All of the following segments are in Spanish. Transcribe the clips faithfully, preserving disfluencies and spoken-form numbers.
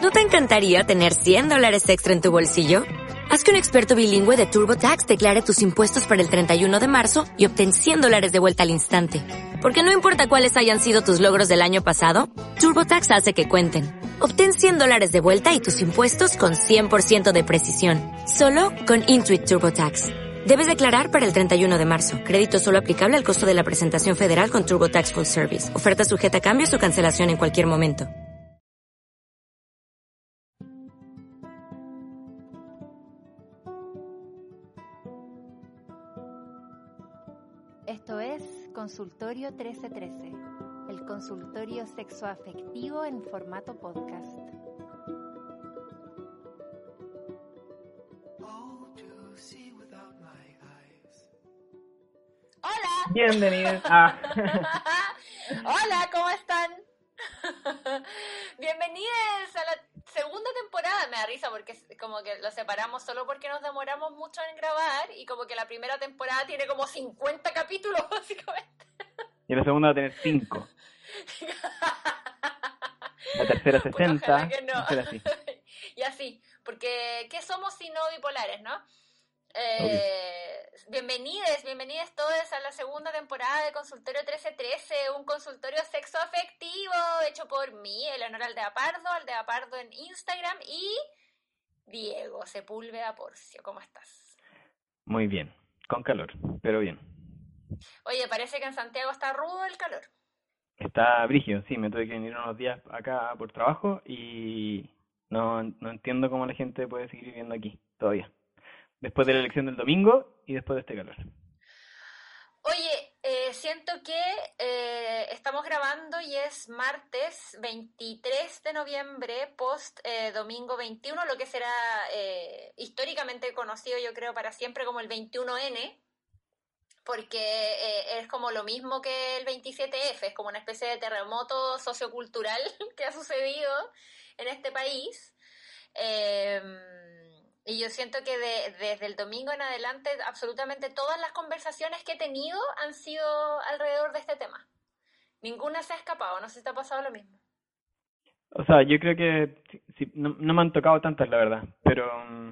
¿No te encantaría tener cien dólares extra en tu bolsillo? Haz que un experto bilingüe de TurboTax declare tus impuestos para el treinta y uno de marzo y obtén cien dólares de vuelta al instante. Porque no importa cuáles hayan sido tus logros del año pasado, TurboTax hace que cuenten. Obtén cien dólares de vuelta y tus impuestos con cien por ciento de precisión. Solo con Intuit TurboTax. Debes declarar para el treinta y uno de marzo. Crédito solo aplicable al costo de la presentación federal con TurboTax Full Service. Oferta sujeta a cambios o cancelación en cualquier momento. Esto es Consultorio trece trece, el consultorio sexoafectivo en formato podcast. Hola. Bienvenidos a... Hola, ¿cómo están? Bienvenidos a la segunda temporada. Me da risa porque como que lo separamos solo porque nos demoramos mucho en grabar y como que la primera temporada tiene como cincuenta capítulos, básicamente. Y la segunda va a tener cinco. La tercera sesenta. Pues no. Así. Y así, porque ¿qué somos si no bipolares, no? Eh, bienvenidos, bienvenidos todos a la segunda temporada de Consultorio trece trece, un consultorio sexoafectivo hecho por mí, Eleonora Aldea Pardo, Aldea Pardo en Instagram, y Diego Sepúlveda Porcio. ¿Cómo estás? Muy bien, con calor, pero bien. Oye, parece que en Santiago está rudo el calor. Está brígido, sí, me tuve que venir unos días acá por trabajo y no, no entiendo cómo la gente puede seguir viviendo aquí todavía. Después de la elección del domingo y después de este calor. Oye, eh, siento que eh, estamos grabando y es martes veintitrés de noviembre, post eh, domingo veintiuno, lo que será eh, históricamente conocido, yo creo, para siempre como el veintiuno ene, porque eh, es como lo mismo que el veintisiete efe, es como una especie de terremoto sociocultural que ha sucedido en este país. Eh, Y yo siento que de, desde el domingo en adelante absolutamente todas las conversaciones que he tenido han sido alrededor de este tema. Ninguna se ha escapado, no sé si te ha pasado lo mismo. O sea, yo creo que sí, no, no me han tocado tantas, la verdad, pero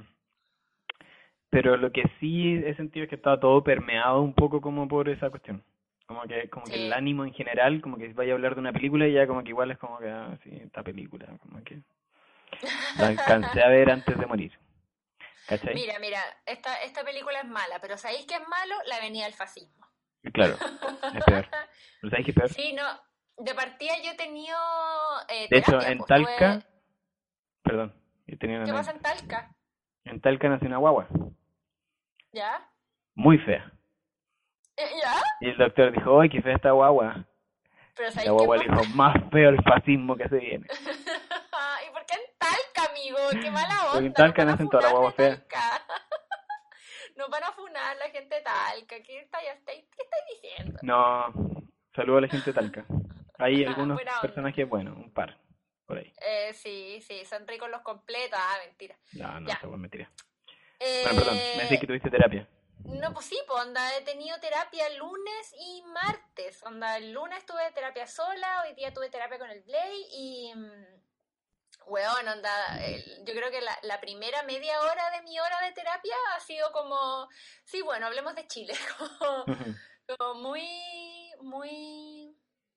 pero lo que sí he sentido es que estaba todo permeado un poco como por esa cuestión. Como que como Sí. que el ánimo en general, como que vaya a hablar de una película y ya como que igual es como que, ah, sí, esta película, como que la alcancé a ver antes de morir. ¿Cachai? Mira, mira, esta, esta película es mala, pero ¿sabéis qué es malo? La Avenida del Fascismo. Claro, es peor. ¿Pero sabéis qué es peor? Sí, no, de partida yo he tenido eh, De hecho, terapia, en pues, Talca, tuve- perdón, yo tenía una ¿Qué pasa anécdota. en Talca? En Talca nació una guagua, ¿Ya? muy fea. Eh, ¿Ya? Y el doctor dijo, ¡ay, qué fea esta guagua! Pero Y la ¿sabéis qué guagua le pasa? dijo, más feo el fascismo que se viene. ¿Y por qué en Talca, amigo? ¡Qué mala onda! Porque en Talca no van a nacen todas las funar guaguas de feas. Talca. No van a funar la gente de Talca. ¿Qué estáis estáis- qué estáis diciendo? No, saludo a la gente de Talca. Hay algunos Buena onda. personajes buenos, un par, por ahí. Eh, sí, sí, son ricos los completos. Ah, mentira. No, no, Ya. esa es mentira. Eh, Bueno, perdón, me decís que tuviste terapia. No, pues sí, pues onda, he tenido terapia lunes y martes. Onda, el lunes tuve terapia sola, hoy día tuve terapia con el Blay y... mm, Weón, onda, el- yo creo que la, la primera media hora de mi hora de terapia ha sido como... Sí, bueno, hablemos de Chile. Como, como muy, muy...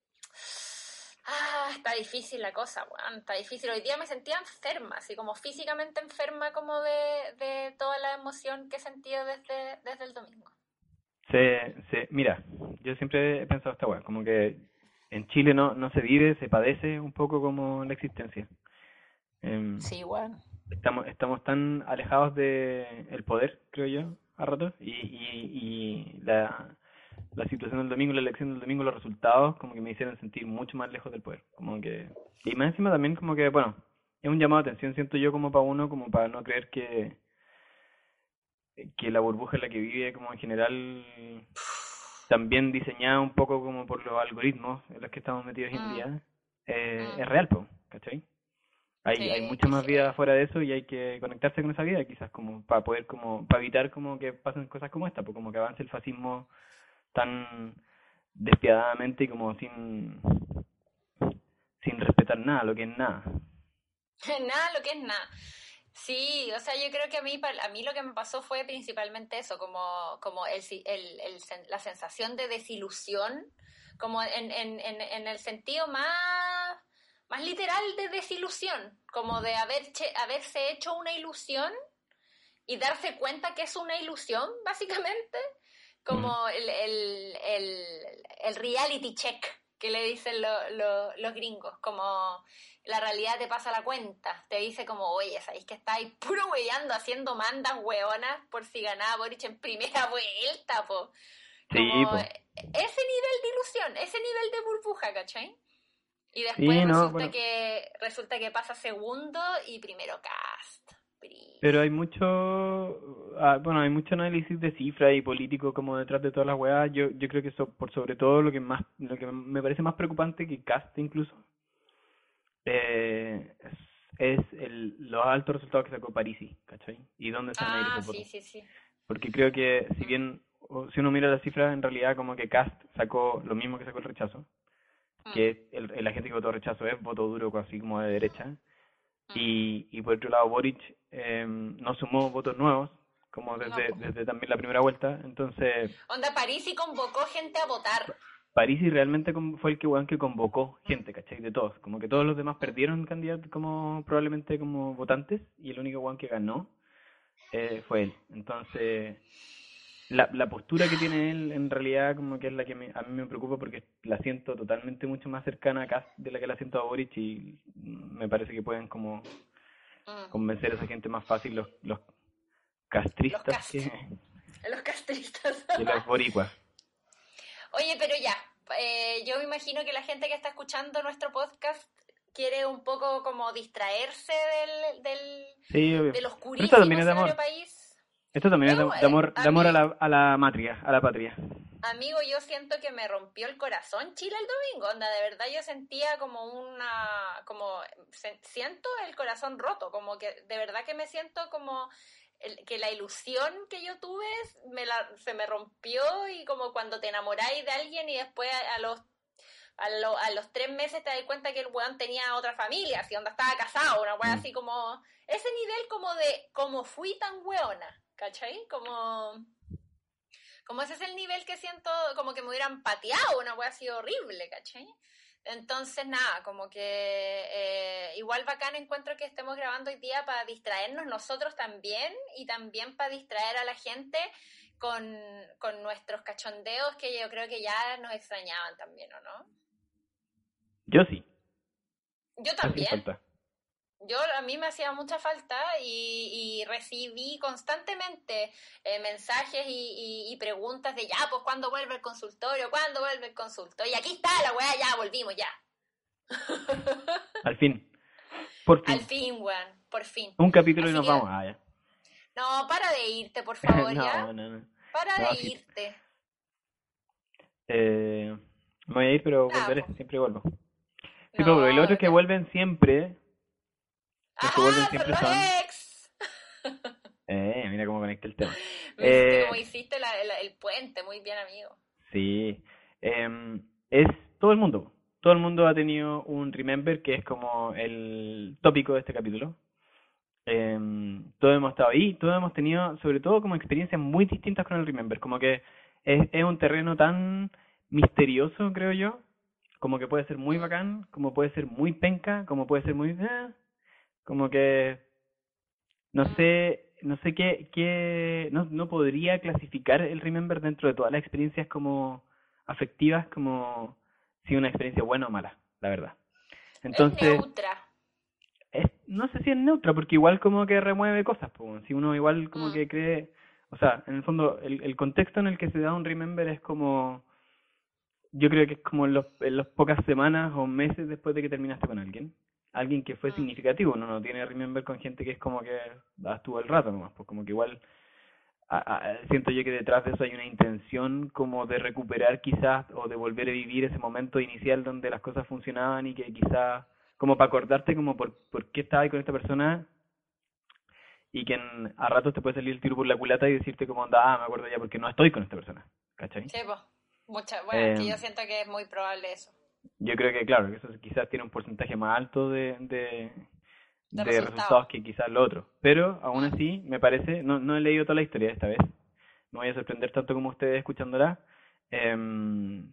Ah, está difícil la cosa, weón, está difícil. Hoy día me sentía enferma, así como físicamente enferma como de, de toda la emoción que he sentido desde, desde el domingo. Se, se, mira, yo siempre he pensado esta weá, como que en Chile no, no se vive, se padece un poco como la existencia. Em, Sí, weón. estamos estamos tan alejados de el poder, creo yo, a ratos, y, y, y la, la situación del domingo, la elección del domingo, los resultados, como que me hicieron sentir mucho más lejos del poder. Como que, y más encima también como que, bueno, es un llamado de atención, siento yo, como para uno, como para no creer que que la burbuja en la que vive, como en general, también diseñada un poco como por los algoritmos en los que estamos metidos hoy en Mm, día, eh, mm. es real, po, ¿cachai? Hay, hay Sí, mucha más sí. vida afuera de eso y hay que conectarse con esa vida, quizás como para poder, como, para evitar como que pasen cosas como esta, pues como que avance el fascismo tan despiadadamente y como sin sin respetar nada, lo que es nada. Nada, lo que es nada. Sí, o sea, yo creo que a mí, a mí lo que me pasó fue principalmente eso, como, como el, el, el, la sensación de desilusión, como en, en, en, en el sentido más, más literal de desilusión, como de haber, haberse hecho una ilusión y darse cuenta que es una ilusión, básicamente, como el, el, el, el reality check que le dicen lo, lo, los gringos, como la realidad te pasa la cuenta, te dice como, oye, ¿sabéis que estáis puro weyando, haciendo mandas hueonas por si ganaba Boric en primera vuelta, po? Como Sí, po. ese nivel de ilusión, ese nivel de burbuja, ¿cachai? Y después Sí, no, resulta bueno, que resulta que pasa segundo y primero Cast. pero hay mucho, ah, bueno, hay mucho análisis de cifras y político como detrás de todas las weas. Yo, yo creo que eso, por sobre todo lo que más, lo que me parece más preocupante que Cast incluso, eh, es, es el, los altos resultados que sacó Parisi, ¿cachai? Y dónde se van a ir Ah, esos sí, votos. sí, sí. Porque creo que si Mm. bien, o si uno mira las cifras, en realidad como que Cast sacó lo mismo que sacó el rechazo, que el, el, la gente que votó rechazo es voto duro, así como de derecha. Y, y por otro lado, Boric eh, no sumó votos nuevos, como No, desde, po. desde también la primera vuelta. Entonces, Onda, Parisi convocó gente a votar. Parisi realmente fue el que, weón, que convocó gente, ¿cachai? De todos. Como que todos los demás Mm. perdieron candidatos como probablemente como votantes y el único weón que ganó eh, fue él. Entonces, la, la postura que tiene él en realidad como que es la que me, a mí me preocupa porque la siento totalmente mucho más cercana a Kast de la que la siento a Boric y me parece que pueden como Mm. convencer a esa gente más fácil los, los Los castristas cast. que, Los castristas. que los boricuas. Oye, pero ya. Eh, yo me imagino que la gente que está escuchando nuestro podcast quiere un poco como distraerse del, del, Sí, obvio. del Pero esto oscurísimo también es de escenario amor. país. Esto también es Yo, de, de eh, amor, a de amor a mí, la, a la matria, a la patria. amigo, yo siento que me rompió el corazón Chile el domingo, onda, de verdad yo sentía como una, como, se, siento el corazón roto, como que de verdad que me siento como el, que la ilusión que yo tuve me la, se me rompió y como cuando te enamoráis de alguien y después a, a los a, lo, a los tres meses te das cuenta que el weón tenía otra familia, así onda estaba casado, una weá Mm. así como, ese nivel como de, como fui tan weona, ¿cachai? Como... Como ese es el nivel que siento, como que me hubieran pateado, una wea así horrible, ¿cachai? Entonces, nada, como que eh, igual bacán encuentro que estemos grabando hoy día para distraernos nosotros también y también para distraer a la gente con, con nuestros cachondeos que yo creo que ya nos extrañaban también, ¿o no? Yo sí. Yo Hacía también. falta. Yo, a mí me hacía mucha falta y, y recibí constantemente eh, mensajes y, y, y preguntas de ya, pues, ¿cuándo vuelve el consultorio? ¿Cuándo vuelve el consultorio? Y aquí está la weá, ya, volvimos, ya. Al fin. Por Al fin. fin, weón, por fin. Un capítulo y Así nos que, vamos. Ah, ya. no, para de irte, por favor, ¿ya? No, no, no. Para No, de sí. irte. Eh, me voy a ir, pero Nada, volveré. pues. Siempre vuelvo. Sí, pero el No, otro es que de... vuelven siempre. Los que vuelven ¡Ajá! ¡Son siempre los son. ex! Eh, mira cómo conecté el tema. Me hiciste Eh, como hiciste la, la, el puente, muy bien, amigo. sí. Eh, es todo el mundo. Todo el mundo ha tenido un remember que es como el tópico de este capítulo. Eh, todos hemos estado ahí, todos hemos tenido, sobre todo, como experiencias muy distintas con el remember. Como que es, es un terreno tan misterioso, creo yo. Como que puede ser muy Mm. bacán, como puede ser muy penca, como puede ser muy... eh, como que no Mm. sé, no sé qué, qué no, no podría clasificar el Remember dentro de todas las experiencias como afectivas como si una experiencia buena o mala, la verdad. Es Entonces, neutra. es, no sé si es neutra, porque igual como que remueve cosas, pues, si uno igual como Mm. que cree, o sea, en el fondo, el, el contexto en el que se da un Remember es como, yo creo que es como en los, en las pocas semanas o meses después de que terminaste con alguien. Alguien que fue Mm. significativo, uno no tiene remember con gente que es como que estuvo el rato nomás, pues como que igual a, a, siento yo que detrás de eso hay una intención como de recuperar quizás o de volver a vivir ese momento inicial donde las cosas funcionaban y que quizás como para acordarte como por, por qué estaba ahí con esta persona y que en, a ratos te puede salir el tiro por la culata y decirte como anda, ah, me acuerdo ya porque no estoy con esta persona, ¿cachai? Sí, pues. Mucha, bueno, es que Eh, yo siento que es muy probable eso. yo creo que claro, que eso quizás tiene un porcentaje más alto de, de, de de resultados. resultados que quizás lo otro. Pero aún así, me parece, no, no he leído toda la historia esta vez, no voy a sorprender tanto como ustedes escuchándola, em,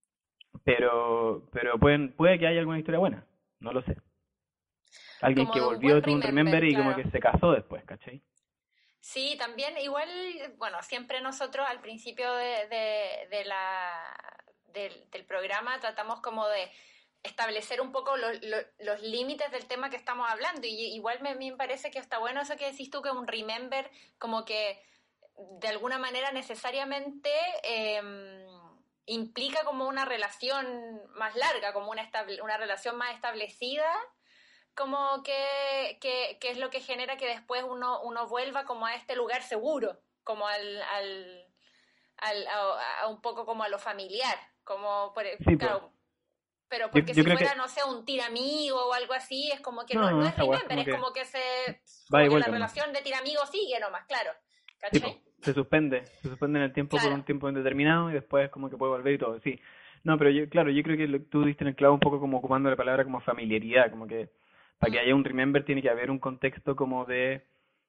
pero pero pueden, puede que haya alguna historia buena, no lo sé. Alguien Como que de un volvió, buen tuvo un remember, remember y como claro. que se casó después, ¿cachai? Sí, también igual, bueno, siempre nosotros al principio de, de, de la, del, del programa tratamos como de establecer un poco los, los, los límites del tema que estamos hablando, y igual me, me parece que está bueno eso que decís tú, que un remember como que de alguna manera necesariamente eh, implica como una relación más larga, como una, estable, una relación más establecida, como que, que, que es lo que genera que después uno, uno vuelva como a este lugar seguro, como al, al, al a, a un poco como a lo familiar, como por, Sí, pues. claro, pero Yo, porque yo si creo fuera, que... no sé, un tiramigo o algo así, es como que no, no No, es esa weá es remember, como es que como que se, va y como que la vuelve nomás. relación de tiramigo sigue nomás, claro, Sí, pues. ¿cachai? Se suspende, se suspende en el tiempo por Claro. un tiempo indeterminado y después como que puede volver y todo, sí. No, pero yo, claro, yo creo que lo- tú diste en el clavo un poco como ocupando la palabra como familiaridad, como que para que Mm, haya un remember tiene que haber un contexto como de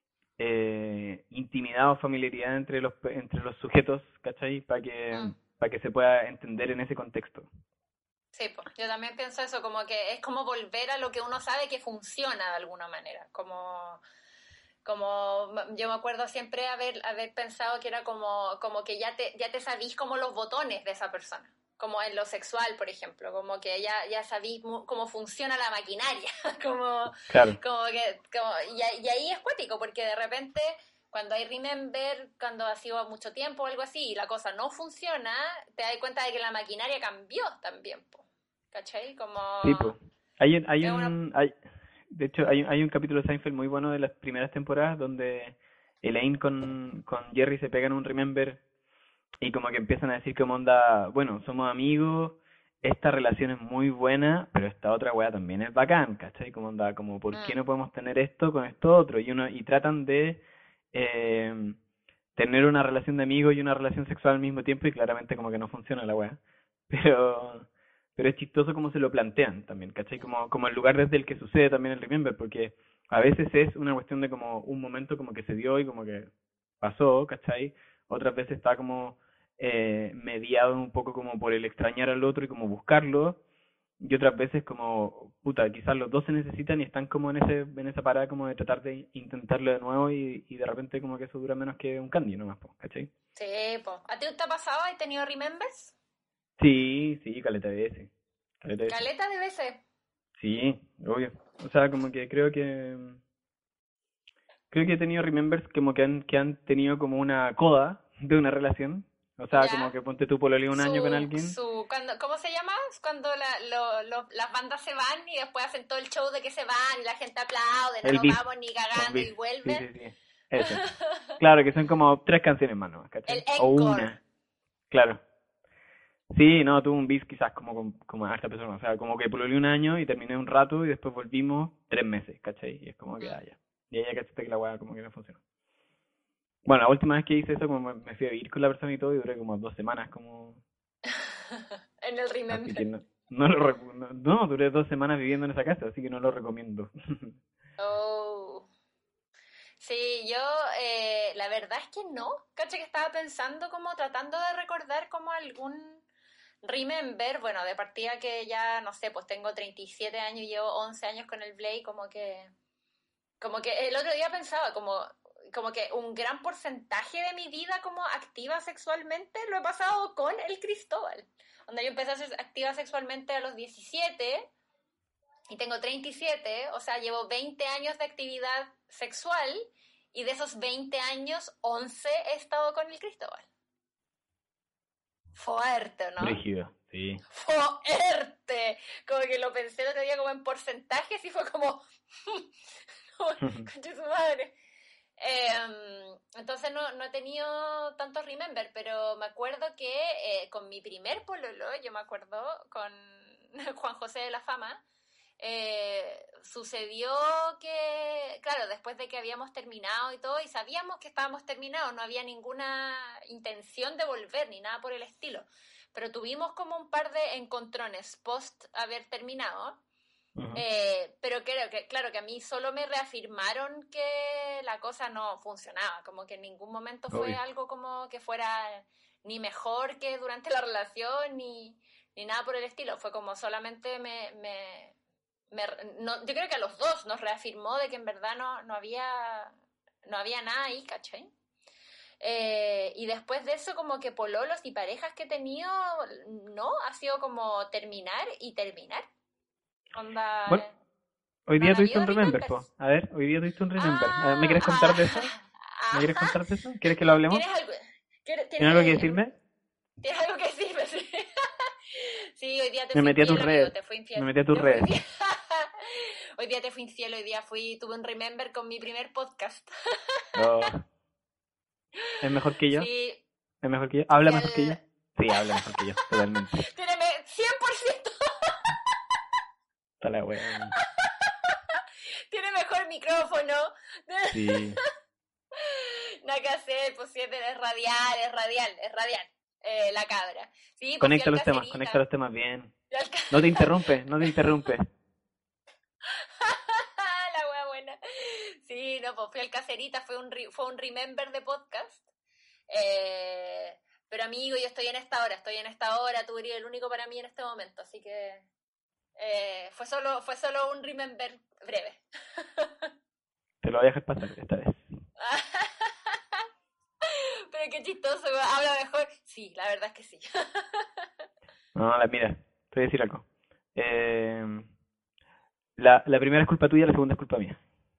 eh, intimidad o familiaridad entre los pe- entre los sujetos, ¿cachai? Para que mm. para que se pueda entender en ese contexto. Sí, pues yo también pienso eso, como que es como volver a lo que uno sabe que funciona de alguna manera, como, como yo me acuerdo siempre haber, haber pensado que era como, como que ya te, ya te sabís como los botones de esa persona, como en lo sexual, por ejemplo, como que ya, ya sabís mu- cómo funciona la maquinaria, como, Claro. como que, como, y, a- y ahí es cuático, porque de repente cuando hay remember, cuando ha sido mucho tiempo o algo así y la cosa no funciona, te das cuenta de que la maquinaria cambió también, po. ¿Cachai? Como Sí, pues. Hay un, hay es una... un hay de hecho hay, hay un capítulo de Seinfeld muy bueno de las primeras temporadas donde Elaine con con Jerry se pegan un remember y como que empiezan a decir como onda, bueno, somos amigos, esta relación es muy buena, pero esta otra weá también es bacán, ¿cachai? Como onda, como ¿por qué Mm, no podemos tener esto con esto otro? Y uno, y tratan de eh, tener una relación de amigos y una relación sexual al mismo tiempo y claramente como que no funciona la weá. Pero, pero es chistoso como se lo plantean también, ¿cachai? Como, como el lugar desde el que sucede también el remember, porque a veces es una cuestión de como un momento como que se dio y como que pasó, ¿cachai? Otras veces está como eh, mediado un poco como por el extrañar al otro y como buscarlo, y otras veces como, puta, quizás los dos se necesitan y están como en ese en esa parada como de tratar de intentarlo de nuevo y, y de repente como que eso dura menos que un candy nomás, po, ¿cachai? sí, po. ¿A ti te ha pasado? ¿Has tenido remembers? Sí, sí, caleta de ese, caleta de ese. Caleta de veces. Sí, obvio. O sea, como que creo que creo que he tenido remembers como que han que han tenido como una coda de una relación. O sea, como ¿Ya? que ponte tú pololeo un año con Su, alguien. su, cuando, ¿cómo se llama? Cuando la, lo, lo- las bandas se van y después hacen todo el show de que se van y la gente aplaude, no El nos beef. vamos ni Un cagando beef. y Sí, vuelven. sí, sí. Ese. Claro, que son como tres canciones más nomás, El ¿cachai? O encore. una. Claro. Sí, no, tuve un beef quizás como con como a esta persona. O sea, como que pololeé un año y terminé un rato y después volvimos tres meses, ¿cachai? Y es como que, Mm. ah, ya. Y ahí ya cachaste que la weá como que no funcionó. Bueno, la última vez que hice eso, como me me fui a vivir con la persona y todo, y duré como dos semanas, como... En el Así que remember. no, no lo... recu- No, no, duré dos semanas viviendo en esa casa, así que no lo recomiendo. Oh. Sí, yo eh, la verdad es que no. Caché que estaba pensando como tratando de recordar como algún remember, bueno, de partida que ya, no sé, pues tengo treinta y siete años y llevo once años con el Blade, como que, como que el otro día pensaba como, como que un gran porcentaje de mi vida como activa sexualmente lo he pasado con el Cristóbal. Donde yo empecé a ser activa sexualmente a los diecisiete y tengo treinta y siete, o sea, llevo veinte años de actividad sexual y de esos veinte años, once he estado con el Cristóbal. Fuerte, ¿no? Brígido, sí. Fuerte. Como que lo pensé el otro día como en porcentajes y fue como... Concha su madre. Eh, entonces no, no he tenido tantos remember, pero me acuerdo que eh, con mi primer pololo, yo me acuerdo con Juan José de la Fama, eh, sucedió que, claro, después de que habíamos terminado y todo, y sabíamos que estábamos terminados, no había ninguna intención de volver ni nada por el estilo, pero tuvimos como un par de encontrones post haber terminado, Uh-huh. Eh, pero creo que, claro, que a mí solo me reafirmaron que la cosa no funcionaba, como que en ningún momento fue Obvio. algo como que fuera ni mejor que durante la relación, ni, ni nada por el estilo, fue como solamente me... me, me no, yo creo que a los dos nos reafirmó de que en verdad no, no había no había nada ahí, ¿cachai? Eh, y después de eso como que pololos y parejas que he tenido, no, ha sido como terminar y terminar. Onda, Bueno, hoy no día han tuviste habido un remember, remembers. po. A ver, hoy día tuviste un remember. A ver, ¿me Ah, quieres contar de eso? ah, ¿Me quieres ah. contar de eso? ¿Quieres que lo hablemos? ¿Tienes algo, ¿tienes, ¿Tienes algo que tienes, decirme? ¿Tienes algo que decirme? Sí. Sí, hoy día te Me fui metí a tus infiel, amigo, redes. te fui infiel. Me metí a tus Te fui redes. infiel. Hoy día te fui infiel, hoy día fui, tuve un remember con mi primer podcast. Oh. ¿Es mejor que yo? Sí, ¿Es mejor que yo? ¿Habla fui mejor que yo? al... Sí, habla mejor que yo, totalmente. Tiene me- cien por ciento Está la wea. tiene mejor micrófono. Sí. Nada que hacer, pues si es, de- es radial, es radial, es radial. Eh, la cabra. Sí, pues Conecta fui al los temas, Caserita. conecta los temas bien. Fui al ca- No te interrumpe, no te interrumpe. La wea buena. Sí, no, pues fui al Caserita, fue un, re- fue un remember de podcast. Eh, pero amigo, yo estoy en esta hora, estoy en esta hora, tú eres el único para mí en este momento, así que eh, fue solo fue solo un remember breve. Te lo voy a dejar pasar esta vez. Pero qué chistoso, habla mejor. Sí, la verdad es que sí. No, la, mira, te voy a decir algo. Eh, la, la primera es culpa tuya, la segunda es culpa mía.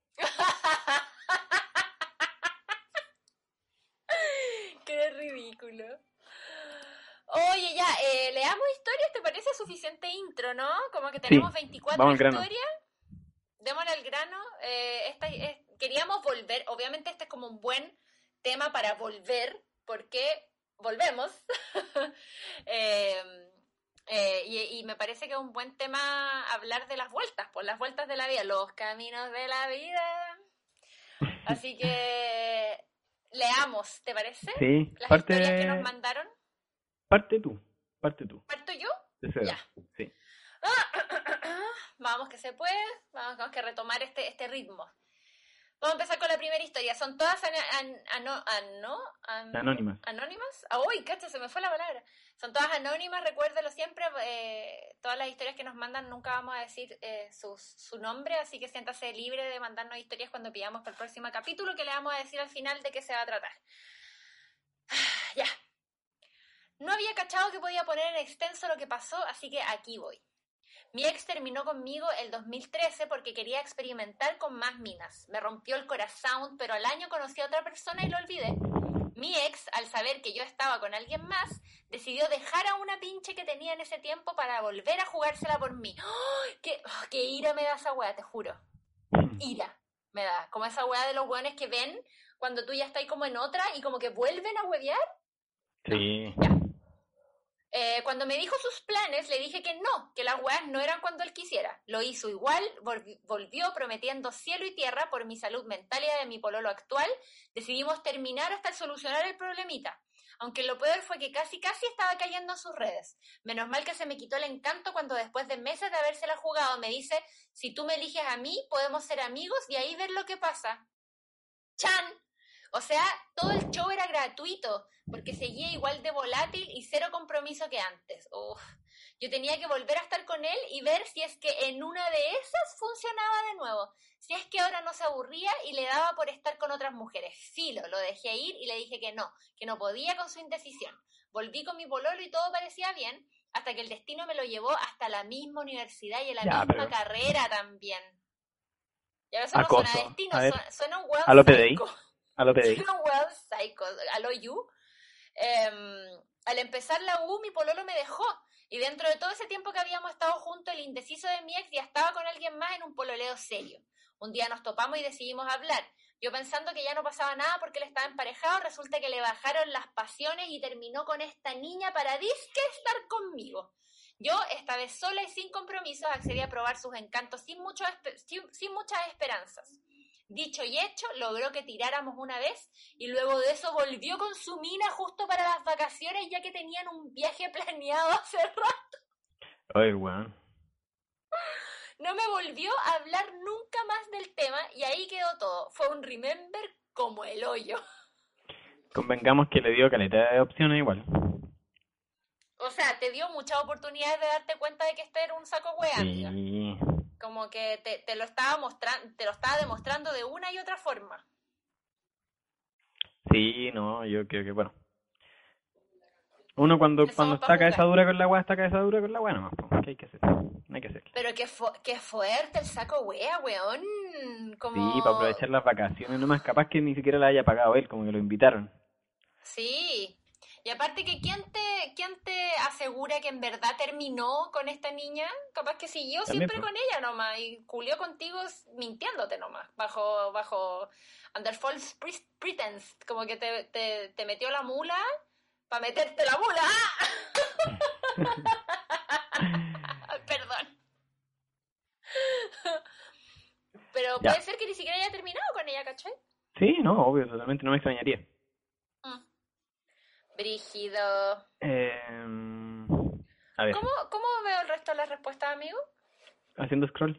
Qué ridículo. Oye, ya, eh, leamos historias, ¿te parece suficiente intro, no? Como que tenemos Sí, veinticuatro vamos al grano. historias. Démosle al grano. Eh, esta, es, queríamos volver, obviamente este es como un buen tema para volver, porque volvemos. eh, eh, y, y me parece que es un buen tema hablar de las vueltas, por las vueltas de la vida, los caminos de la vida. Así que leamos, ¿te parece? Sí, Las parte, historias que nos mandaron. parte tú, parte tú. ¿Parto yo? Deseo. Ya. Sí. Vamos que se puede, vamos, vamos que retomar este, este ritmo. Vamos a empezar con la primera historia. Son todas an, an, ano, ano, an, Anónimas. anónimas. Ah, uy, cacha, se me fue la palabra. Son todas anónimas, recuérdelo siempre. Eh, todas las historias que nos mandan nunca vamos a decir eh, su, su nombre, así que siéntase libre de mandarnos historias cuando pidamos para el próximo capítulo, que le vamos a decir al final de qué se va a tratar. Ya. No había cachado que podía poner en extenso lo que pasó, así que aquí voy. Mi ex terminó conmigo el dos mil trece porque quería experimentar con más minas. Me rompió el corazón, pero al año conocí a otra persona y lo olvidé. Mi ex, al saber que yo estaba con alguien más, decidió dejar a una pinche que tenía en ese tiempo para volver a jugársela por mí. ¡Oh! ¡Qué, oh, qué ira me da esa weá, te juro! Ira me da. Como esa weá de los weones que ven cuando tú ya estás como en otra y como que vuelven a huevear. Sí. Ya. Eh, cuando me dijo sus planes, le dije que no, que las weas no eran cuando él quisiera. Lo hizo igual, volvi- volvió prometiendo cielo y tierra por mi salud mental y la de mi pololo actual. Decidimos terminar hasta solucionar el problemita. Aunque lo peor fue que casi casi estaba cayendo en sus redes. Menos mal que se me quitó el encanto cuando después de meses de habérsela jugado me dice, si tú me eliges a mí, podemos ser amigos y ahí ver lo que pasa. ¡Chan! O sea, todo el show era gratuito, porque seguía igual de volátil y cero compromiso que antes. Uf. Yo tenía que volver a estar con él y ver si es que en una de esas funcionaba de nuevo. Si es que ahora no se aburría y le daba por estar con otras mujeres. Filo, lo dejé ir y le dije que no, que no podía con su indecisión. Volví con mi pololo y todo parecía bien, hasta que el destino me lo llevó hasta la misma universidad y en la Ya, misma pero- carrera también. Ya eso no Acoso. suena destino, A ver. suena, suena un hueón A lo P D I. psycho. A lo pedí. Suena un hueón psycho, a lo you. Eh, al empezar la U, mi pololo me dejó. Y dentro de todo ese tiempo que habíamos estado juntos, el indeciso de mi ex ya estaba con alguien más en un pololeo serio. Un día nos topamos y decidimos hablar. Yo pensando que ya no pasaba nada porque él estaba emparejado, resulta que le bajaron las pasiones y terminó con esta niña para disque estar conmigo. Yo, esta vez sola y sin compromisos, accedí a probar sus encantos sin, mucho espe- sin, sin muchas esperanzas. Dicho y hecho, logró que tiráramos una vez y luego de eso volvió con su mina justo para las vacaciones, ya que tenían un viaje planeado hace rato. Ay, weón. no me volvió a hablar nunca más del tema y ahí quedó todo. Fue un remember como el hoyo. Convengamos que le dio caleta de opciones igual. O sea, te dio muchas oportunidades de darte cuenta de que este era un saco hueá, Sí. amiga. Como que te, te lo estaba mostrando, te lo estaba demostrando de una y otra forma. Sí, no, yo creo que, bueno. Uno cuando Que cuando somos pa' está cabeza jugar. dura con la weá, está cabeza dura con la weá nomás, po. ¿Qué hay que hacer? No hay que hacer. Pero qué, fu- qué fuerte el saco wea, weón. Como... Sí, para aprovechar las vacaciones nomás, capaz que ni siquiera la haya pagado él, como que lo invitaron. Sí. Y aparte que ¿quién te, quién te asegura que en verdad terminó con esta niña? Capaz que siguió También, siempre pues. con ella nomás y culió contigo mintiéndote nomás, bajo, bajo under false pre- pretense, como que te, te, te metió la mula para meterte la mula. Perdón. Pero Ya. puede ser que ni siquiera haya terminado con ella, ¿cachai? Sí, no, obvio, totalmente, no me extrañaría. Mm. Brígido. Eh, a ver, ¿Cómo, ¿Cómo veo el resto de las respuestas, amigo? haciendo scroll.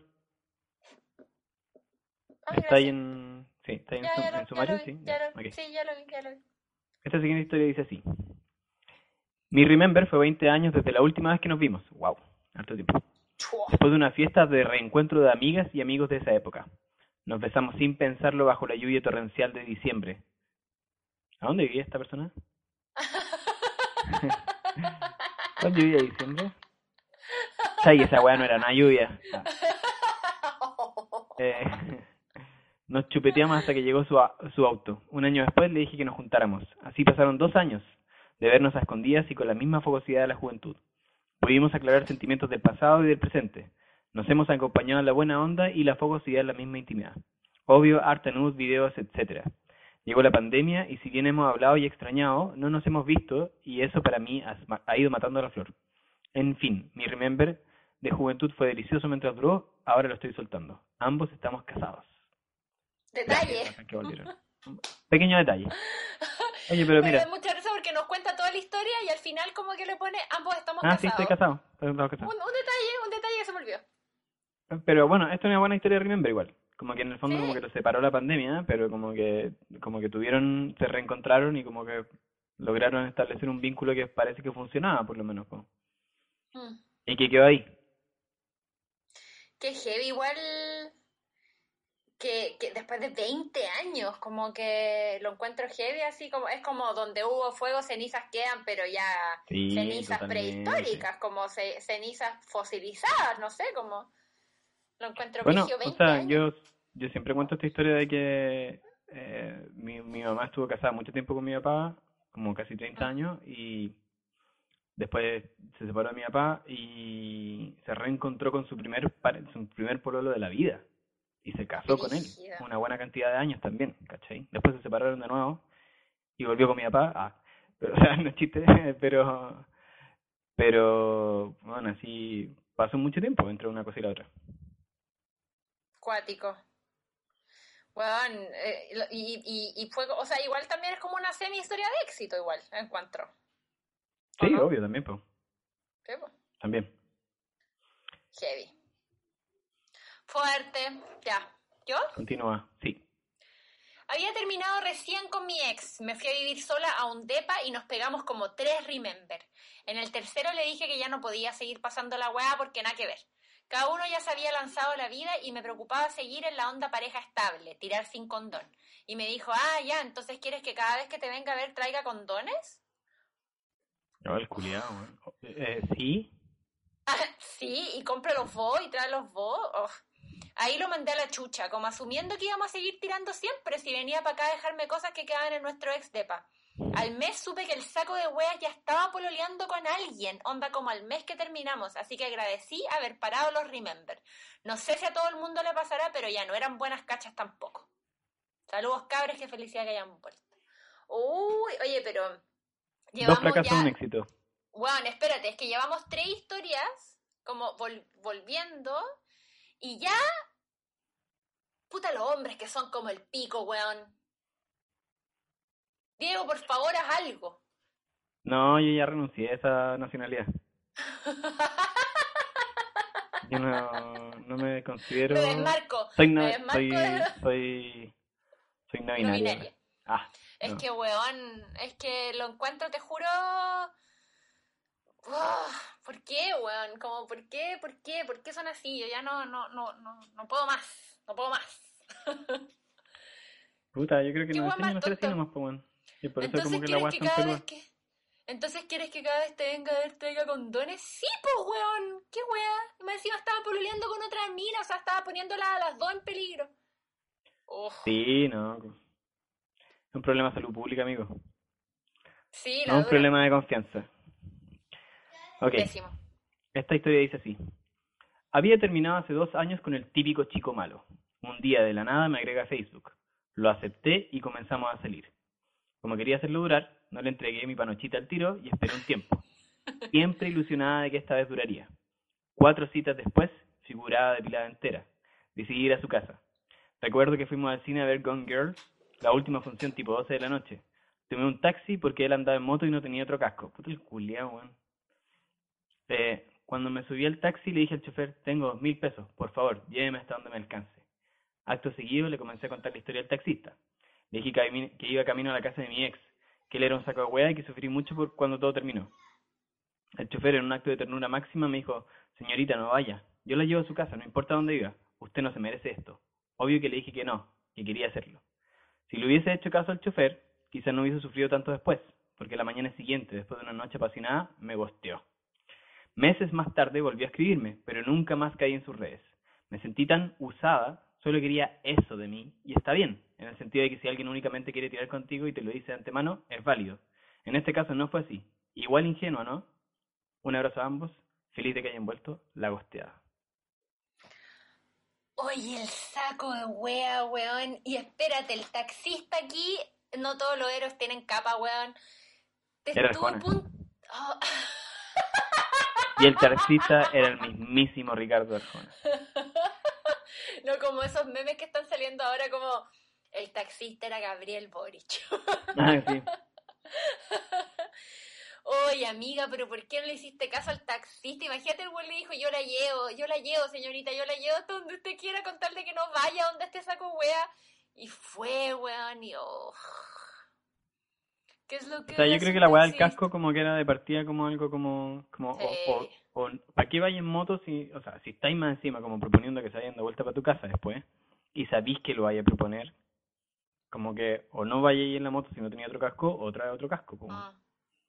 Ah, Está ahí gracias. en... Sí, está ahí en, Ya, sum- ya en lo, ya sumario, lo vi, sí. ya Ya, lo, ok. sí, ya lo vi, ya lo vi. Esta siguiente historia dice así. Mi remember fue veinte años desde la última vez que nos vimos. Wow, harto tiempo. Chua. Después de una fiesta de reencuentro de amigas y amigos de esa época. Nos besamos sin pensarlo bajo la lluvia torrencial de diciembre. ¿A dónde vivía esta persona? ¿Cuál lluvia de diciembre? Chay, esa weá no era nada lluvia. Ah. Eh, nos chupeteamos hasta que llegó su, a- su auto. Un año después le dije que nos juntáramos. Así pasaron dos años de vernos a escondidas y con la misma fogosidad de la juventud. Pudimos aclarar sentimientos del pasado y del presente. Nos hemos acompañado en la buena onda y la fogosidad en la misma intimidad. Obvio, harta nudes, videos, etcétera. Llegó la pandemia y si bien hemos hablado y extrañado, no nos hemos visto y eso para mí ha, ha ido matando a la flor. En fin, mi remember de juventud fue delicioso mientras duró, ahora lo estoy soltando. Ambos estamos casados. Detalle. Gracias, que volvieron. Pequeño detalle. Oye, pero Me mira. da mucha risa porque nos cuenta toda la historia y al final como que le pone ambos estamos Ah, sí, casados. estoy casado. Estoy Un, casado. un detalle, un detalle que se me olvidó. Pero bueno, esto es una buena historia de remember igual. Como que en el fondo Sí. como que los separó la pandemia, pero como que como que tuvieron, se reencontraron y como que lograron establecer un vínculo que parece que funcionaba, por lo menos. Po. Mm. Y que quedó ahí. Qué heavy, igual que, que después de veinte años, como que lo encuentro heavy, así como es como donde hubo fuego, cenizas quedan, pero ya Sí, cenizas totalmente. prehistóricas, como ce- cenizas fosilizadas, no sé, como lo encuentro Bueno, brígido, o veinte sea, años. yo yo siempre cuento esta historia de que eh, mi, mi mamá estuvo casada mucho tiempo con mi papá, como casi treinta Mm. años, y después se separó de mi papá y se reencontró con su primer pare- su primer pololo de la vida y se casó con él Brígido. una buena cantidad de años también, ¿cachai? Después se separaron de nuevo y volvió con mi papá, ah, pero, o sea, no es chiste, pero pero bueno, así pasó mucho tiempo entre una cosa y la otra. Cuático. Bueno, eh, lo- y, y, y fue, o sea, igual también es como una semi historia de éxito, igual, encuentro. ¿O Sí, no? obvio, también, pues, Sí, pues, también. heavy. Fuerte, ya. ¿Yo? Continúa, sí. Había terminado recién con mi ex, me fui a vivir sola a un depa y nos pegamos como tres remember. En el tercero le dije que ya no podía seguir pasando la weá porque nada que ver. Cada uno ya se había lanzado a la vida y me preocupaba seguir en la onda pareja estable, tirar sin condón. Y me dijo, ah, ya, entonces ¿quieres que cada vez que te venga a ver traiga condones? No, el culiao, weón. Eh, sí. Sí, y cómpralos vos y tráelos vos. Oh. Ahí lo mandé a la chucha, como asumiendo que íbamos a seguir tirando siempre si venía para acá a dejarme cosas que quedaban en nuestro ex depa. Al mes supe que el saco de weas ya estaba pololeando con alguien, onda como al mes que terminamos, así que agradecí haber parado los remember. No sé si a todo el mundo le pasará, pero ya no eran buenas cachas tampoco. Saludos cabres, qué felicidad que hayan vuelto. Uy, oye, pero Dos fracasos, ya... un éxito. Bueno, espérate, es que llevamos tres historias como vol- volviendo y ya... Puta los hombres que son como el pico, weón. Diego, por favor, haz algo. No, yo ya renuncié a esa nacionalidad. Yo no, no me considero... Me desmarco. Soy no, me desmarco soy, de... soy, soy no binaria. No binaria. Ah, Es no. que, weón, es que lo encuentro, te juro... Uf, ¿por qué, weón? Como, ¿por qué? ¿Por qué? ¿Por qué son así? Yo ya no, no, no, no, no puedo más. No puedo más. Puta, yo creo que ¿Qué nos weón enseñan más a hacer así tonto? nomás, pues, weón. Y por eso Entonces como que la quieres agua que es tan cada peluda. vez que... Entonces quieres que cada vez te venga a ver, traiga condones. Sí, pues, weón. ¿Qué weá? Y más encima estaba poluleando con otra mina, o sea, estaba poniéndola a las dos en peligro. Uf. Sí, no. Es un problema de salud pública, amigo. Sí, No la un dura. problema de confianza. Ok, Pésimo. esta historia dice así. Había terminado hace dos años con el típico chico malo. Un día de la nada me agrega a Facebook. Lo acepté y comenzamos a salir. Como quería hacerlo durar, no le entregué mi panochita al tiro y esperé un tiempo. Siempre ilusionada de que esta vez duraría. Cuatro citas después, figurada depilada entera. Decidí ir a su casa. Recuerdo que fuimos al cine a ver Gone Girl, la última función tipo doce de la noche. Tomé un taxi porque él andaba en moto y no tenía otro casco. Puta el culiao, weón. Eh, cuando me subí al taxi le dije al chofer, tengo dos mil pesos, por favor, lléveme hasta donde me alcance. Acto seguido le comencé a contar la historia al taxista. Le dije que, que iba camino a la casa de mi ex, que él era un saco de hueá y que sufrí mucho por cuando todo terminó. El chofer, en un acto de ternura máxima, me dijo, señorita, no vaya, yo la llevo a su casa, no importa dónde viva, usted no se merece esto. Obvio que le dije que no, que quería hacerlo. Si le hubiese hecho caso al chofer, quizás no hubiese sufrido tanto después, porque la mañana siguiente, después de una noche apasionada, me gosteó. Meses más tarde volvió a escribirme, pero nunca más caí en sus redes. Me sentí tan usada, solo quería eso de mí, y está bien, en el sentido de que si alguien únicamente quiere tirar contigo y te lo dice de antemano, es válido. En este caso no fue así. Igual ingenua, ¿no? Un abrazo a ambos, feliz de que hayan vuelto la gosteada. Oye, el saco de wea, weón. Y espérate, el taxista aquí, no todos los héroes tienen capa, weón. Te Era estuvo a Arjona. punto... Oh. Y el taxista era el mismísimo Ricardo Arjona. No como esos memes que están saliendo ahora como el taxista era Gabriel Boric. Ah, sí. Oye, amiga, pero ¿por qué no le hiciste caso al taxista? Imagínate, el güey le dijo, yo la llevo, yo la llevo, señorita, yo la llevo hasta donde usted quiera con tal de que no vaya donde esté saco wea. Y fue, weón, y oh. ¿Qué es lo que O sea, yo hace creo que un la weá del taxista? casco como que era de partida como algo como... como Sí. o, o, o, ¿para qué vaya en moto si... O sea, si estáis más encima como proponiendo que se vayan de vuelta para tu casa después y sabís que lo vaya a proponer, como que o no vaya ahí en la moto si no tenía otro casco o trae otro casco. Como. Ah.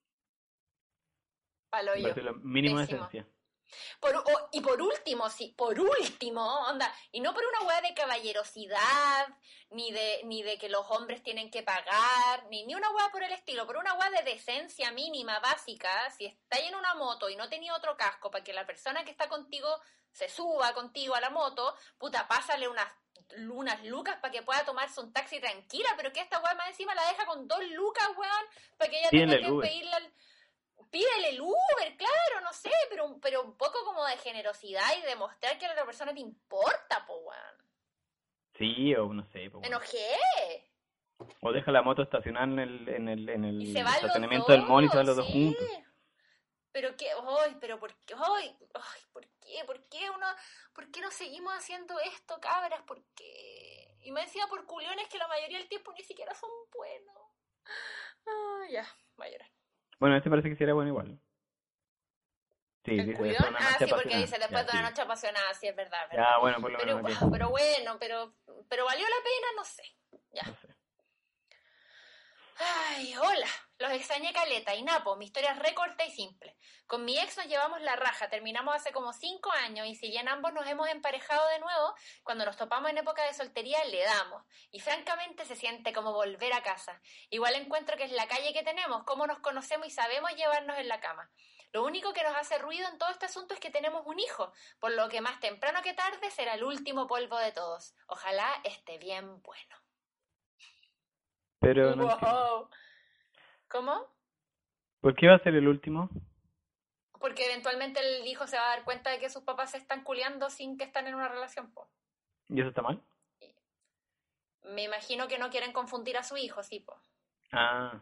Palo Me yo. parece lo mínimo de Pésimo. esencia. Por, o, y por último, sí, por último, onda, y no por una hueá de caballerosidad, ni de, ni de que los hombres tienen que pagar, ni, ni una hueá por el estilo, por una hueá de decencia mínima, básica. Si estáis en una moto y no tenía otro casco para que la persona que está contigo se suba contigo a la moto, puta, pásale unas, unas lucas para que pueda tomarse un taxi tranquila, pero que esta hueá más encima la deja con dos lucas, weón, para que ella Pídele tenga el que Uber. pedirle al... Pídele el Uber, claro, no sé, pero, pero un poco como de generosidad y demostrar que a la otra persona te importa, po, weón. Sí, o no sé. Pues, Me enojé. o deja la moto estacionada en el, en el, en el Y se van los estacionamiento del mall y se van los dos, dos sí. juntos. Pero qué, ay, pero por qué, ay, ay, ¿por qué? ¿Por qué uno, por qué no seguimos haciendo esto, cabras? ¿Por qué? Y me decía por culiones que la mayoría del tiempo ni siquiera son buenos. Ah, ya, va a llorar. Bueno, este parece que sí era bueno igual. Sí, ¿El dice, culión? después de una Ah, noche sí, porque apasionada. dice después Ya, de una sí. noche apasionada, sí, es verdad, es verdad. Ya, bueno, por lo Pero, menos igual, pero bueno, pero, pero valió la pena, no sé. Ya. no sé. Ay, hola, los extrañé caleta y Napo, mi historia es re corta y simple. Con mi ex nos llevamos la raja, terminamos hace como cinco años y si bien ambos nos hemos emparejado de nuevo, cuando nos topamos en época de soltería le damos. Y francamente se siente como volver a casa. Igual encuentro que es la calle que tenemos, cómo nos conocemos y sabemos llevarnos en la cama. Lo único que nos hace ruido en todo este asunto es que tenemos un hijo, por lo que más temprano que tarde será el último polvo de todos. Ojalá esté bien bueno. Pero no entiendo. Wow. ¿Cómo? ¿Por qué va a ser el último? Porque eventualmente el hijo se va a dar cuenta de que sus papás se están culiando sin que están en una relación, po. ¿Y eso está mal? Me imagino que no quieren confundir a su hijo, sí, po. Ah.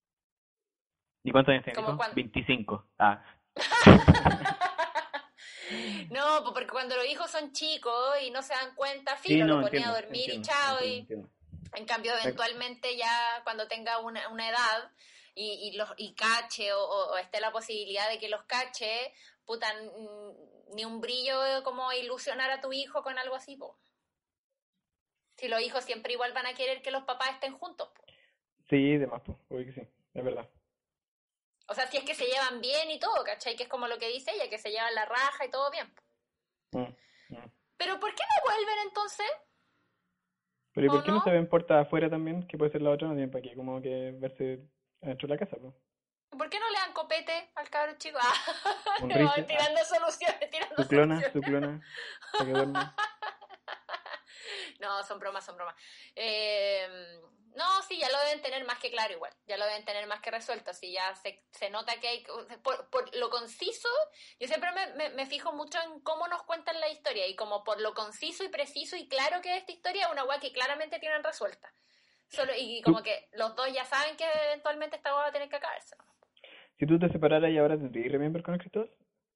¿Y cuántos años tiene el ¿Cómo hijo? cuándo? veinticinco. Ah. No, pues porque cuando los hijos son chicos y no se dan cuenta, Sí, filo, no, lo ponía entiendo, a dormir y entiendo, chao, entiendo, y entiendo. en cambio eventualmente ya cuando tenga una, una edad y, y, los, y cache o, o, o esté la posibilidad de que los cache, puta, n- ni un brillo como ilusionar a tu hijo con algo así, po. Si los hijos siempre igual van a querer que los papás estén juntos, po. Sí, de más, pues, obvio que sí, es verdad. O sea, si es que se llevan bien y todo, ¿cachai? Que es como lo que dice ella, que se llevan la raja y todo bien, po. Mm, mm. Pero ¿por qué no vuelven entonces? Pero ¿y ¿O por qué no se no? ven puertas afuera también? Que puede ser la otra, no tienen para qué como que verse dentro de la casa, pues. ¿Por qué no le dan copete al cabro chico? Un Ah, risa, ah, tirando soluciones, tirando su clona, soluciones. su clona, para que duerma. No, son bromas, son bromas. Eh, no, sí, ya lo deben tener más que claro igual. Ya lo deben tener más que resuelto. Si ya se, se nota que hay... Por, por lo conciso, yo siempre me, me, me fijo mucho en cómo nos cuentan la historia. Y como por lo conciso y preciso y claro que esta historia es una weá que claramente tienen resuelta. Solo, y como Tú, que los dos ya saben que eventualmente esta weá va a tener que acabarse, ¿no? si tú te separaras y ahora tendrías remember con el Cristóbal,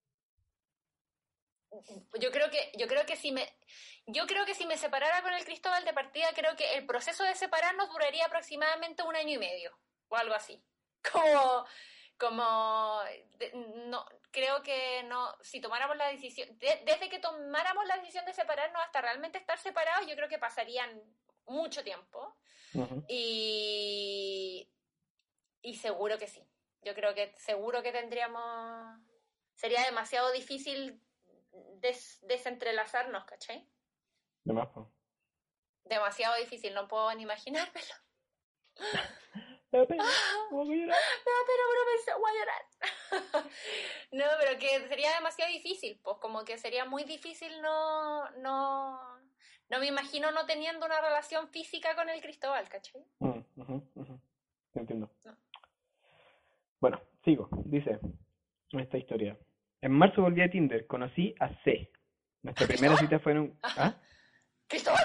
Yo creo que, yo creo que si me, yo creo que si me separara con el Cristóbal de partida, creo que el proceso de separarnos duraría aproximadamente un año y medio, o algo así. Como, como, de- no, creo que no, si tomáramos la decisión, de- desde que tomáramos la decisión de separarnos hasta realmente estar separados, yo creo que pasarían mucho tiempo. ujú, Y, y seguro que sí. Yo creo que seguro que tendríamos, sería demasiado difícil des, desentrelazarnos, ¿cachai? de más, pues. Demasiado difícil, no puedo ni imaginármelo. Me da pena, voy a llorar. No, pero bro, me voy a llorar. No, pero que sería demasiado difícil, pues como que sería muy difícil no, no, no me imagino no teniendo una relación física con el Cristóbal, ¿cachai? Mm, ujú, ujú, entiendo. No. Bueno, sigo. Dice esta historia. En marzo volví a Tinder, conocí a C. Nuestra primera ¿Cristóbal? cita fue en un... ¿Ah? ¿Cristóbal?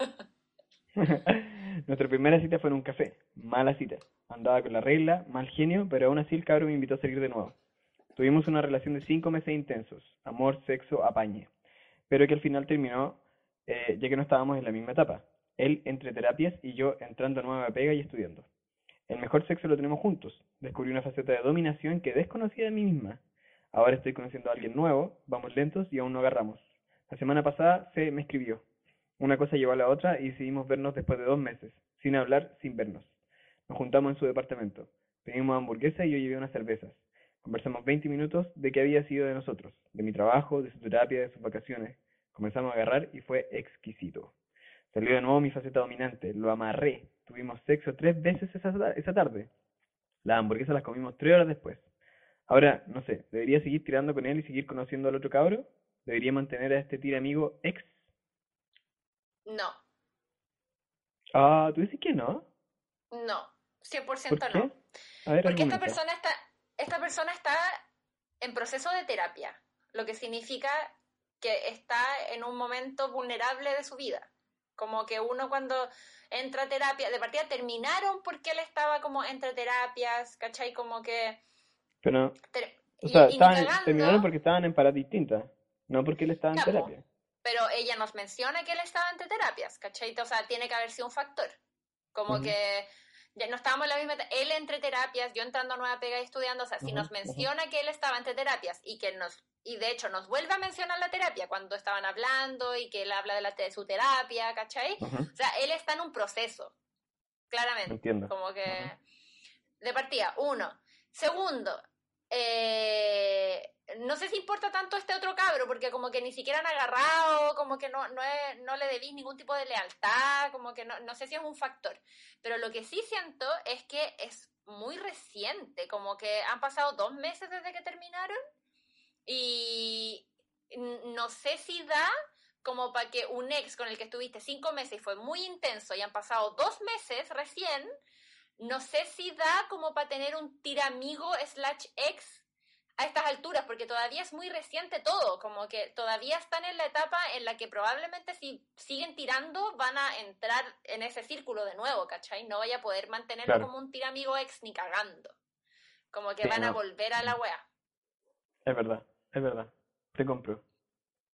Nuestra primera cita fue en un café. Mala cita. Andaba con la regla, mal genio, pero aún así el cabro me invitó a salir de nuevo. Tuvimos una relación de cinco meses intensos. Amor, sexo, apañe. Pero que al final terminó, eh, ya que no estábamos en la misma etapa. Él entre terapias y yo entrando a nueva pega y estudiando. El mejor sexo lo tenemos juntos. Descubrí una faceta de dominación que desconocía de mí misma. Ahora estoy conociendo a alguien nuevo, vamos lentos y aún no agarramos. La semana pasada se me escribió. Una cosa llevó a la otra y decidimos vernos después de dos meses, sin hablar, sin vernos. Nos juntamos en su departamento. Pedimos hamburguesa y yo llevé unas cervezas. Conversamos veinte minutos de qué había sido de nosotros, de mi trabajo, de su terapia, de sus vacaciones. Comenzamos a agarrar y fue exquisito. Salió de nuevo mi faceta dominante, lo amarré. Tuvimos sexo tres veces esa, esa tarde. Las hamburguesas las comimos tres horas después. Ahora, no sé, ¿debería seguir tirando con él y seguir conociendo al otro cabro? ¿Debería mantener a este tira amigo ex? No, Ah, ¿tú dices que no? no, cien por ¿Por ciento qué? no. A ver, Porque esta argumenta. persona está, esta persona está en proceso de terapia, lo que significa que está en un momento vulnerable de su vida. Como que uno cuando entra a terapia, de partida terminaron porque él estaba como entre terapias, ¿cachai? Como que... Pero, ter- o y, sea, y ni estaban, terminaron cagando, porque estaban en paradas distintas, no porque él estaba en ya, po, terapia. pero ella nos menciona que él estaba entre terapias, ¿cachai? O sea, tiene que haber sido un factor. Como Ujú, que ya no estábamos en la misma, él entre terapias, yo entrando a nueva pega y estudiando, o sea, si ujú, nos ujú, menciona que él estaba entre terapias y que nos, y de hecho nos vuelve a mencionar la terapia cuando estaban hablando y que él habla de, la, de su terapia, ¿cachai? ujú, O sea, él está en un proceso, claramente, entiendo. como que, Ujú. de partida, uno. Segundo, eh, no sé si importa tanto este otro cabro, porque como que ni siquiera han agarrado, como que no, no, es, no le debís ningún tipo de lealtad, como que no, no sé si es un factor. Pero lo que sí siento es que es muy reciente, como que han pasado dos meses desde que terminaron y no sé si da como para que un ex con el que estuviste cinco meses y fue muy intenso y han pasado dos meses recién, no sé si da como para tener un tiramigo slash ex a estas alturas, porque todavía es muy reciente todo, como que todavía están en la etapa en la que probablemente si siguen tirando van a entrar en ese círculo de nuevo, ¿cachai? No vaya a poder mantenerlo Claro. como un tiramigo ex ni cagando. Como que Sí, van a no. volver a la wea. Es verdad, es verdad. Te compro.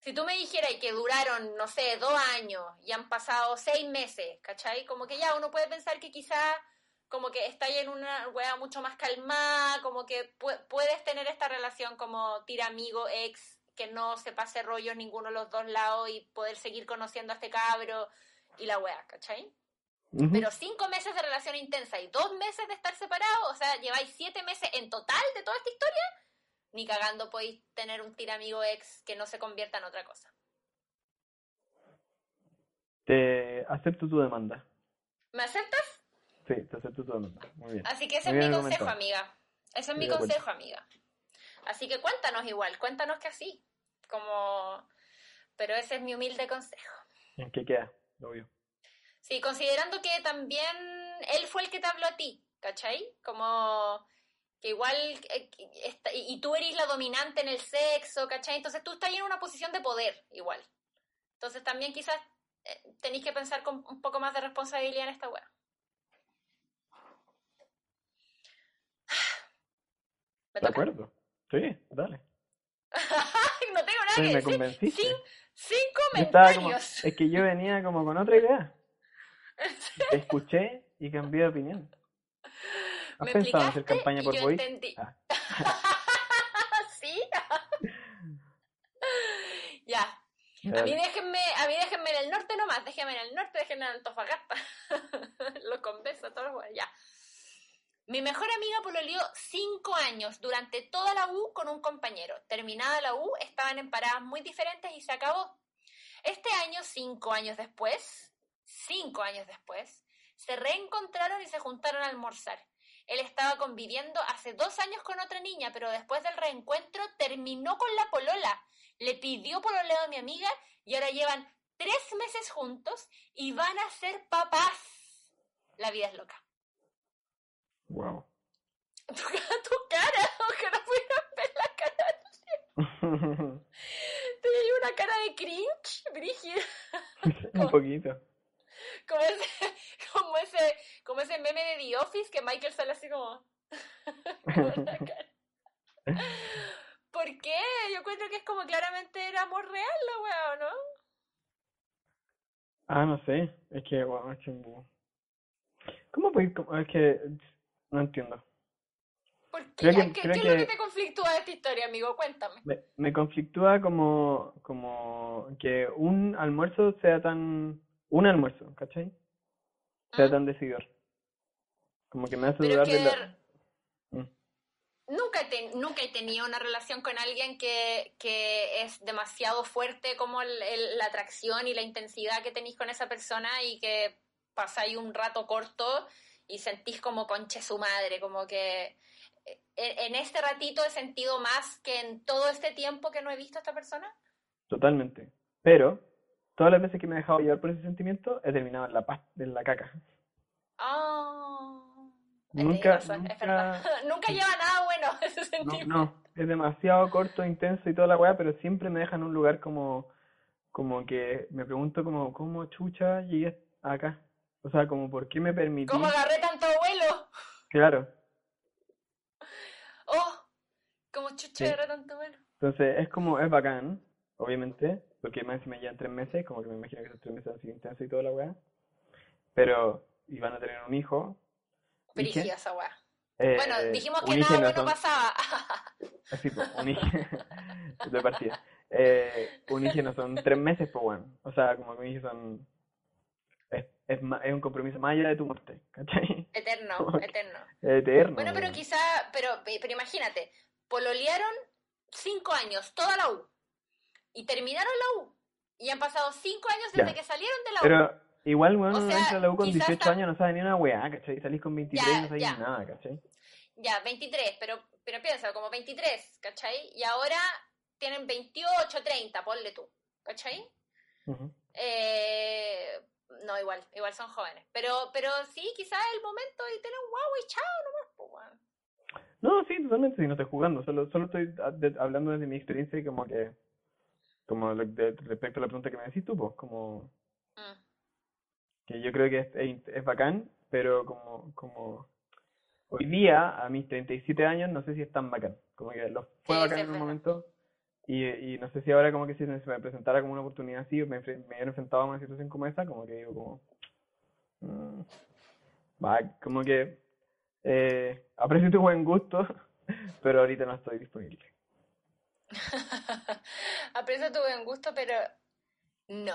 Si tú me dijeras que duraron, no sé, dos años y han pasado seis meses, ¿cachai? Como que ya uno puede pensar que quizás como que estáis en una wea mucho más calmada, como que pu- puedes tener esta relación como tira amigo, ex, que no se pase rollo en ninguno de los dos lados y poder seguir conociendo a este cabro y la wea, ¿cachai? Ujú. Pero cinco meses de relación intensa y dos meses de estar separados, o sea, lleváis siete meses en total de toda esta historia, ni cagando podéis tener un tira amigo ex que no se convierta en otra cosa. Te acepto tu demanda. ¿Me aceptas? Sí, te acepto tu demanda. Muy bien. Así que ese Muy es mi bien consejo, argumentado. amiga. Ese es Estoy mi de acuerdo. consejo, amiga. Así que cuéntanos igual, cuéntanos que así. Como... Pero ese es mi humilde consejo. ¿En qué queda? Obvio. Sí, considerando que también él fue el que te habló a ti, ¿cachai? Como que igual, eh, que esta- y y tú eres la dominante en el sexo, ¿cachai? Entonces tú estás ahí en una posición de poder, igual. Entonces también quizás eh, tenéis que pensar con un poco más de responsabilidad en esta wea. ¿Me ¿De toca? acuerdo? Sí, dale. No tengo nada Sí, que me decir. convenciste. Sin, sin Yo estaba como, comentarios. es que yo venía como con otra idea. Te escuché y cambié de opinión. ¿Has Me pensado en hacer explicaste campaña y por yo Voice? entendí. Ah. ¿Sí? Ya. Ya, A mí dale. déjenme, a mí déjenme en el norte nomás, déjenme en el norte, déjenme en Antofagasta. Los convenzo a todos, bueno, ya. Mi mejor amiga pololeó cinco años durante toda la U con un compañero. Terminada la U, estaban en paradas muy diferentes y se acabó. Este año, cinco años después, cinco años después, se reencontraron y se juntaron a almorzar. Él estaba conviviendo hace dos años con otra niña, pero después del reencuentro terminó con la polola. Le pidió pololeo a mi amiga y ahora llevan tres meses juntos y van a ser papás. La vida es loca. Wow. Tu, tu cara, ojalá pudieras ver la cara. Tenía una cara de cringe, brígida. Un poquito. Como ese, como ese, como ese meme de The Office que Michael sale así como con la cara. ¿Por qué? Yo encuentro que es como claramente era amor real la weá, ¿o no? Ah, no sé. Es que, wow, es que... ¿Cómo puedes...? cómo- Es que... No entiendo. ¿Por qué? Creo Ya, que, ¿Qué, creo qué es lo que que te conflictúa de esta historia, amigo? Cuéntame. me, me conflictúa como, como que un almuerzo sea tan... Un almuerzo, ¿cachai? Sea ¿Mm? tan decidor. Como que me hace Pero es dudar de que la... Mm. nunca he, ten- nunca he tenido una relación con alguien que, que es demasiado fuerte como el- el- la atracción y la intensidad que tenéis con esa persona y que pasáis un rato corto y sentís como conche su madre, como que eh, en, en este ratito he sentido más que en todo este tiempo que no he visto a esta persona. Totalmente. Pero, todas las veces que me he dejado llevar por ese sentimiento, he terminado en la paz, en la caca. Ah, tenéis Nunca, razón, es verdad. nunca... Nunca lleva nada bueno ese No, sentimiento. no. Es demasiado corto, intenso y toda la weá, pero siempre me deja en un lugar como... Como que me pregunto como, ¿cómo chucha llegué acá? O sea, como, ¿por qué me ¿Cómo permití? agarré tanto vuelo? Claro, Oh, como chucha sí. agarré tanto vuelo. Entonces, es como, es bacán, obviamente, porque más si me llevan tres meses, como que me imagino que esos tres meses han sido intensos y toda la weá. Pero, y van a tener un hijo, Brígida hije, esa weá. Bueno, eh, dijimos que un hije nada no bueno son, pasaba. así pues, un hije, de partida. Eh, un hije no son tres meses, pues bueno. O sea, como que un hije son, es, es, ma- es un compromiso más allá de tu muerte, ¿cachai? Eterno, Como que eterno. es eterno, Bueno, pero weón. quizá, pero, pero imagínate, pololearon cinco años, toda la U, y terminaron la U, y han pasado cinco años desde Ya. que salieron de la U. Pero igual, weón, O uno entra a sea, la U con quizás dieciocho tam- años, no sabe ni una weá, ¿cachai? Salís con ya, veintitrés y no sabéis ya, nada, ¿cachai? ya, veintitrés, pero, pero piensa, como veintitrés, ¿cachai? Y ahora tienen veintiocho, treinta, ponle tú, ¿cachai? Ujú. Eh, no, igual, igual son jóvenes. Pero, pero sí, quizás es el momento de tener un guau y chao nomás, pues, weón. No, sí, totalmente, sí, no estoy jugando, solo, solo estoy a- de- hablando desde mi experiencia y como que, como lo- de- respecto a la pregunta que me decís tú, pues, como Mm. que yo creo que es, es, es bacán, pero como, como hoy día, a mis treinta y siete años, no sé si es tan bacán. Como que lo fue Sí, sí, bacán es en un verdad. momento, Y, y no sé si ahora como que si se me presentara como una oportunidad así, me, enfre- me hubiera enfrentado a una situación como esa, como que digo como, mm, va, como que eh, aprecio tu buen gusto, pero ahorita no estoy disponible. Aprecio tu buen gusto, pero no.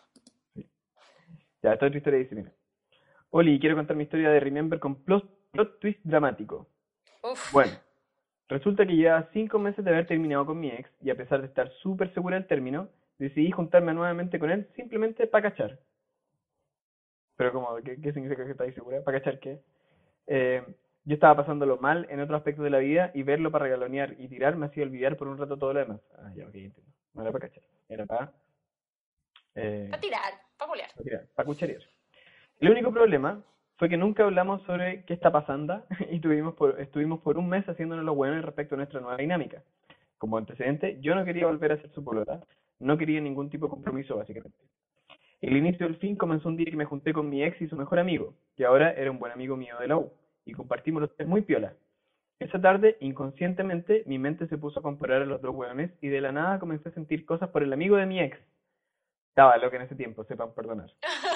Ya, esta otra historia dice, mira. Oli, quiero contar mi historia de Remember con plot, plot twist dramático. Uf. Bueno, resulta que llevaba cinco meses de haber terminado con mi ex, y a pesar de estar súper segura del término, decidí juntarme nuevamente con él simplemente para cachar. Pero como, ¿qué, qué significa que estáis segura? ¿Para cachar qué? Eh, yo estaba pasándolo mal en otros aspectos de la vida, y verlo para regalonear y tirar me hacía olvidar por un rato todo lo demás. Ah, ya, ok, entiendo. No era para cachar, era para... Eh, A tirar, para culiar. para tirar, para cucharear. El único problema fue que nunca hablamos sobre qué está pasando y tuvimos por, estuvimos por un mes haciéndonos los buenos respecto a nuestra nueva dinámica. Como antecedente, yo no quería volver a ser su polota, no quería ningún tipo de compromiso básicamente. El inicio del fin comenzó un día que me junté con mi ex y su mejor amigo, que ahora era un buen amigo mío de la U, y compartimos los tres muy piola. Esa tarde, inconscientemente, mi mente se puso a comparar a los dos hueones y de la nada comencé a sentir cosas por el amigo de mi ex. Estaba loco en ese tiempo, sepan perdonar.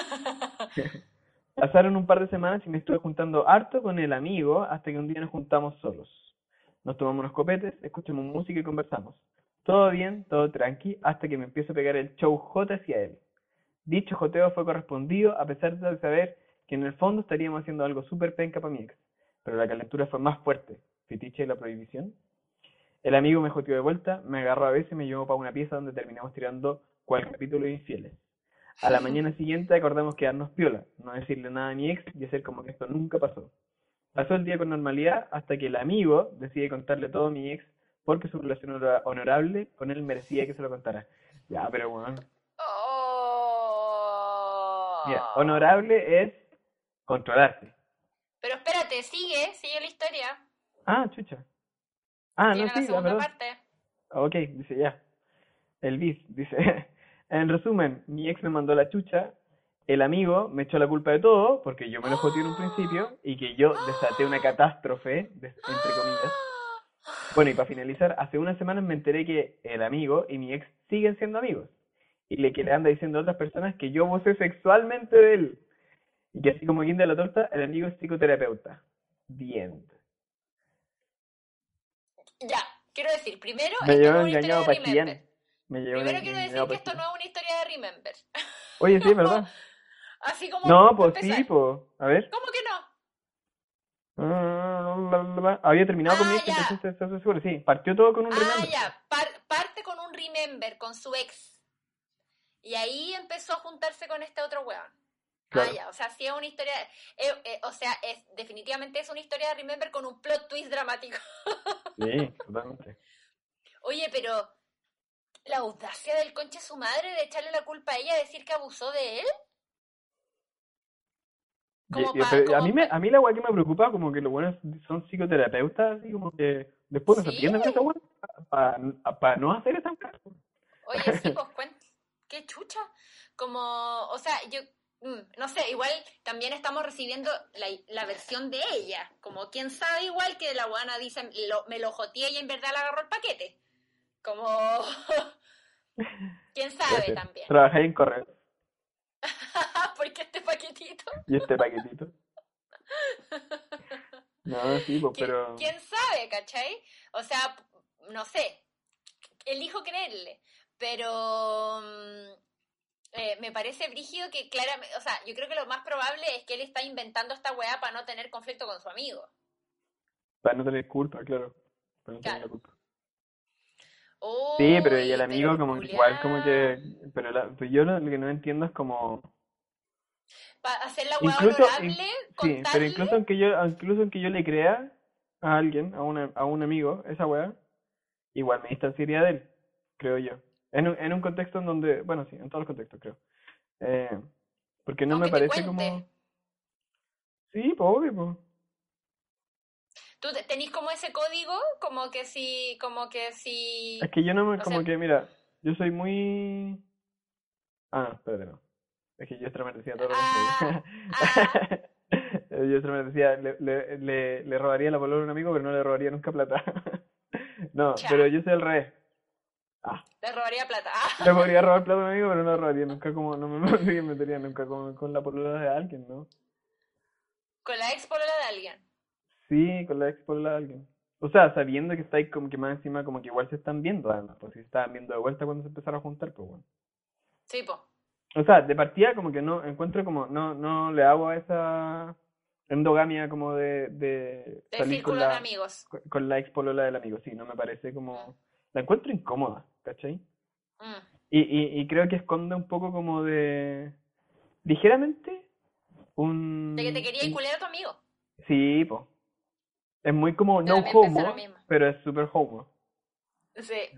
Pasaron un par de semanas y me estuve juntando harto con el amigo hasta que un día nos juntamos solos. Nos tomamos unos copetes, escuchamos música y conversamos. Todo bien, todo tranqui, hasta que me empiezo a pegar el show J hacia él. Dicho joteo fue correspondido a pesar de saber que en el fondo estaríamos haciendo algo súper penca para mi ex. Pero la calentura fue más fuerte. Fetiche de la prohibición. El amigo me joteó de vuelta, me agarró a veces y me llevó para una pieza donde terminamos tirando cual capítulo de Infieles. A la mañana siguiente acordamos quedarnos piola, no decirle nada a mi ex y hacer como que esto nunca pasó. Pasó el día con normalidad hasta que el amigo decide contarle todo a mi ex porque su relación era honorable, con él merecía que se lo contara. Ya, pero bueno. Oh. Mira, honorable es controlarse. Pero espérate, sigue, sigue la historia. Ah, chucha. Ah, Viene no, la sí, la segunda verdad. parte. Ok, dice ya. El bis, dice. En resumen, mi ex me mandó la chucha, el amigo me echó la culpa de todo, porque yo me lo joteé en un principio, y que yo desaté una catástrofe, des- entre comillas. Bueno, y para finalizar, hace unas semanas me enteré que el amigo y mi ex siguen siendo amigos, y le que le anda diciendo a otras personas que yo abusé sexualmente de él, y que así como guinda la torta, el amigo es psicoterapeuta. The end. Ya, quiero decir, primero, Me esto llevó no es una historia engañado de para Remember. Chillán. Me llevó Primero quiero engañado decir que pa' esto no Chillán. es una historia de Remember. Oye, sí, es verdad. Así como No, para pues empezar. sí, pues. A ver. ¿Cómo que no? Había terminado con mi Ah, ex, ya. entonces estás seguro. Sí, partió todo con un Ah, remember. ya. Par- parte con un Remember, con su ex. Y ahí empezó a juntarse con este otro weón. Claro. Ah, ya. O sea, sí es una historia... eh, eh, o sea, es definitivamente es una historia de Remember con un plot twist dramático. Sí, totalmente. Oye, pero... ¿La audacia del conche su madre de echarle la culpa a ella, decir que abusó de él? Como Y- y- pa, pero a como mí me, pa... a mí la weá que me preocupa, como que los buenos son psicoterapeutas, así como que después no se Sí. atienden a esa weá para no hacer esa weá. Oye, sí, pues cuenta. Qué chucha. Como, o sea, yo, mm, no sé, igual también estamos recibiendo la, la versión de ella. Como, quién sabe, igual que la buena dice, lo, me lo joteé y en verdad le agarró el paquete. Como, quién Puede sabe ser. también. Trabajé en correo Porque este paquetito. y este paquetito. No, sí, pues, ¿Quién, pero... quién sabe, cachai? O sea, no sé. Elijo creerle. Pero... mm, Eh, me parece brígido que claramente, o sea, yo creo que lo más probable es que él está inventando esta weá para no tener conflicto con su amigo. Para no tener culpa, claro. Para no tener Claro. la culpa. Sí, pero y el Uy, pero amigo el como que igual, como culiao. que... Pero la, pues yo lo, lo que no entiendo es como... Para hacer la weá Incluso, in- honorable, sí, pero contarle. incluso aunque yo, incluso aunque yo le crea a alguien, a, una, a un amigo, esa weá, igual me distanciaría de él, creo yo. En un, en un contexto en donde, bueno, sí, en todos los contextos, creo. Eh, porque no me Aunque te parece cuente. como... Sí, pues obvio, pues. ¿Tú te- tenés como ese código? Como que si, como que si, Es que yo no me, no como sé. que, mira, yo soy muy... Ah, no, espérate, no. Es que yo extra me decía todo lo Ah, contrario. ah, Yo extra me decía, le, le, le, le robaría la palabra a un amigo, pero no le robaría nunca plata. No, cha. pero yo soy al revés. Ah, Le robaría plata. Ah. le podría robar plata a un amigo, pero no robaría nunca como, no me metería nunca con, con la polola de alguien, ¿no? Con la ex polola de alguien. Sí, con la ex polola de alguien. O sea, sabiendo que estáis como que más encima, como que igual se están viendo, además, pues si se estaban viendo de vuelta cuando se empezaron a juntar, pues bueno. Sí, po. O sea, de partida como que no, encuentro como, no, no le hago a esa endogamia como de, de De salir con círculo de la, amigos. con la ex polola del amigo, sí, no me parece Mm, como, la encuentro incómoda, ¿cachai? mm. Y, y, y creo que esconde un poco como de, ligeramente, De que te un, quería y un culero a tu amigo. sí, po, es muy como Yo no también pensé lo homo, mismo. pero es super homo. Sí,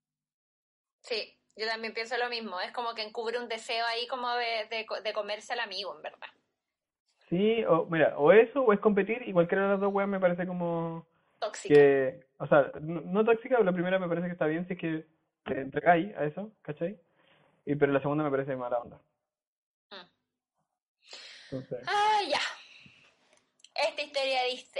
sí. Yo también pienso lo mismo. Es como que encubre un deseo ahí como de, de, co- de comerse al amigo, en verdad. Sí, o mira, o eso, o es competir, y cualquiera de las dos weas me parece como Tóxica. que, o sea, no, no tóxica, la primera me parece que está bien si es que te entregáis a eso, ¿cachai? Y pero la segunda me parece mala onda. Mm. Entonces, Ah, ya. Esta historia dice...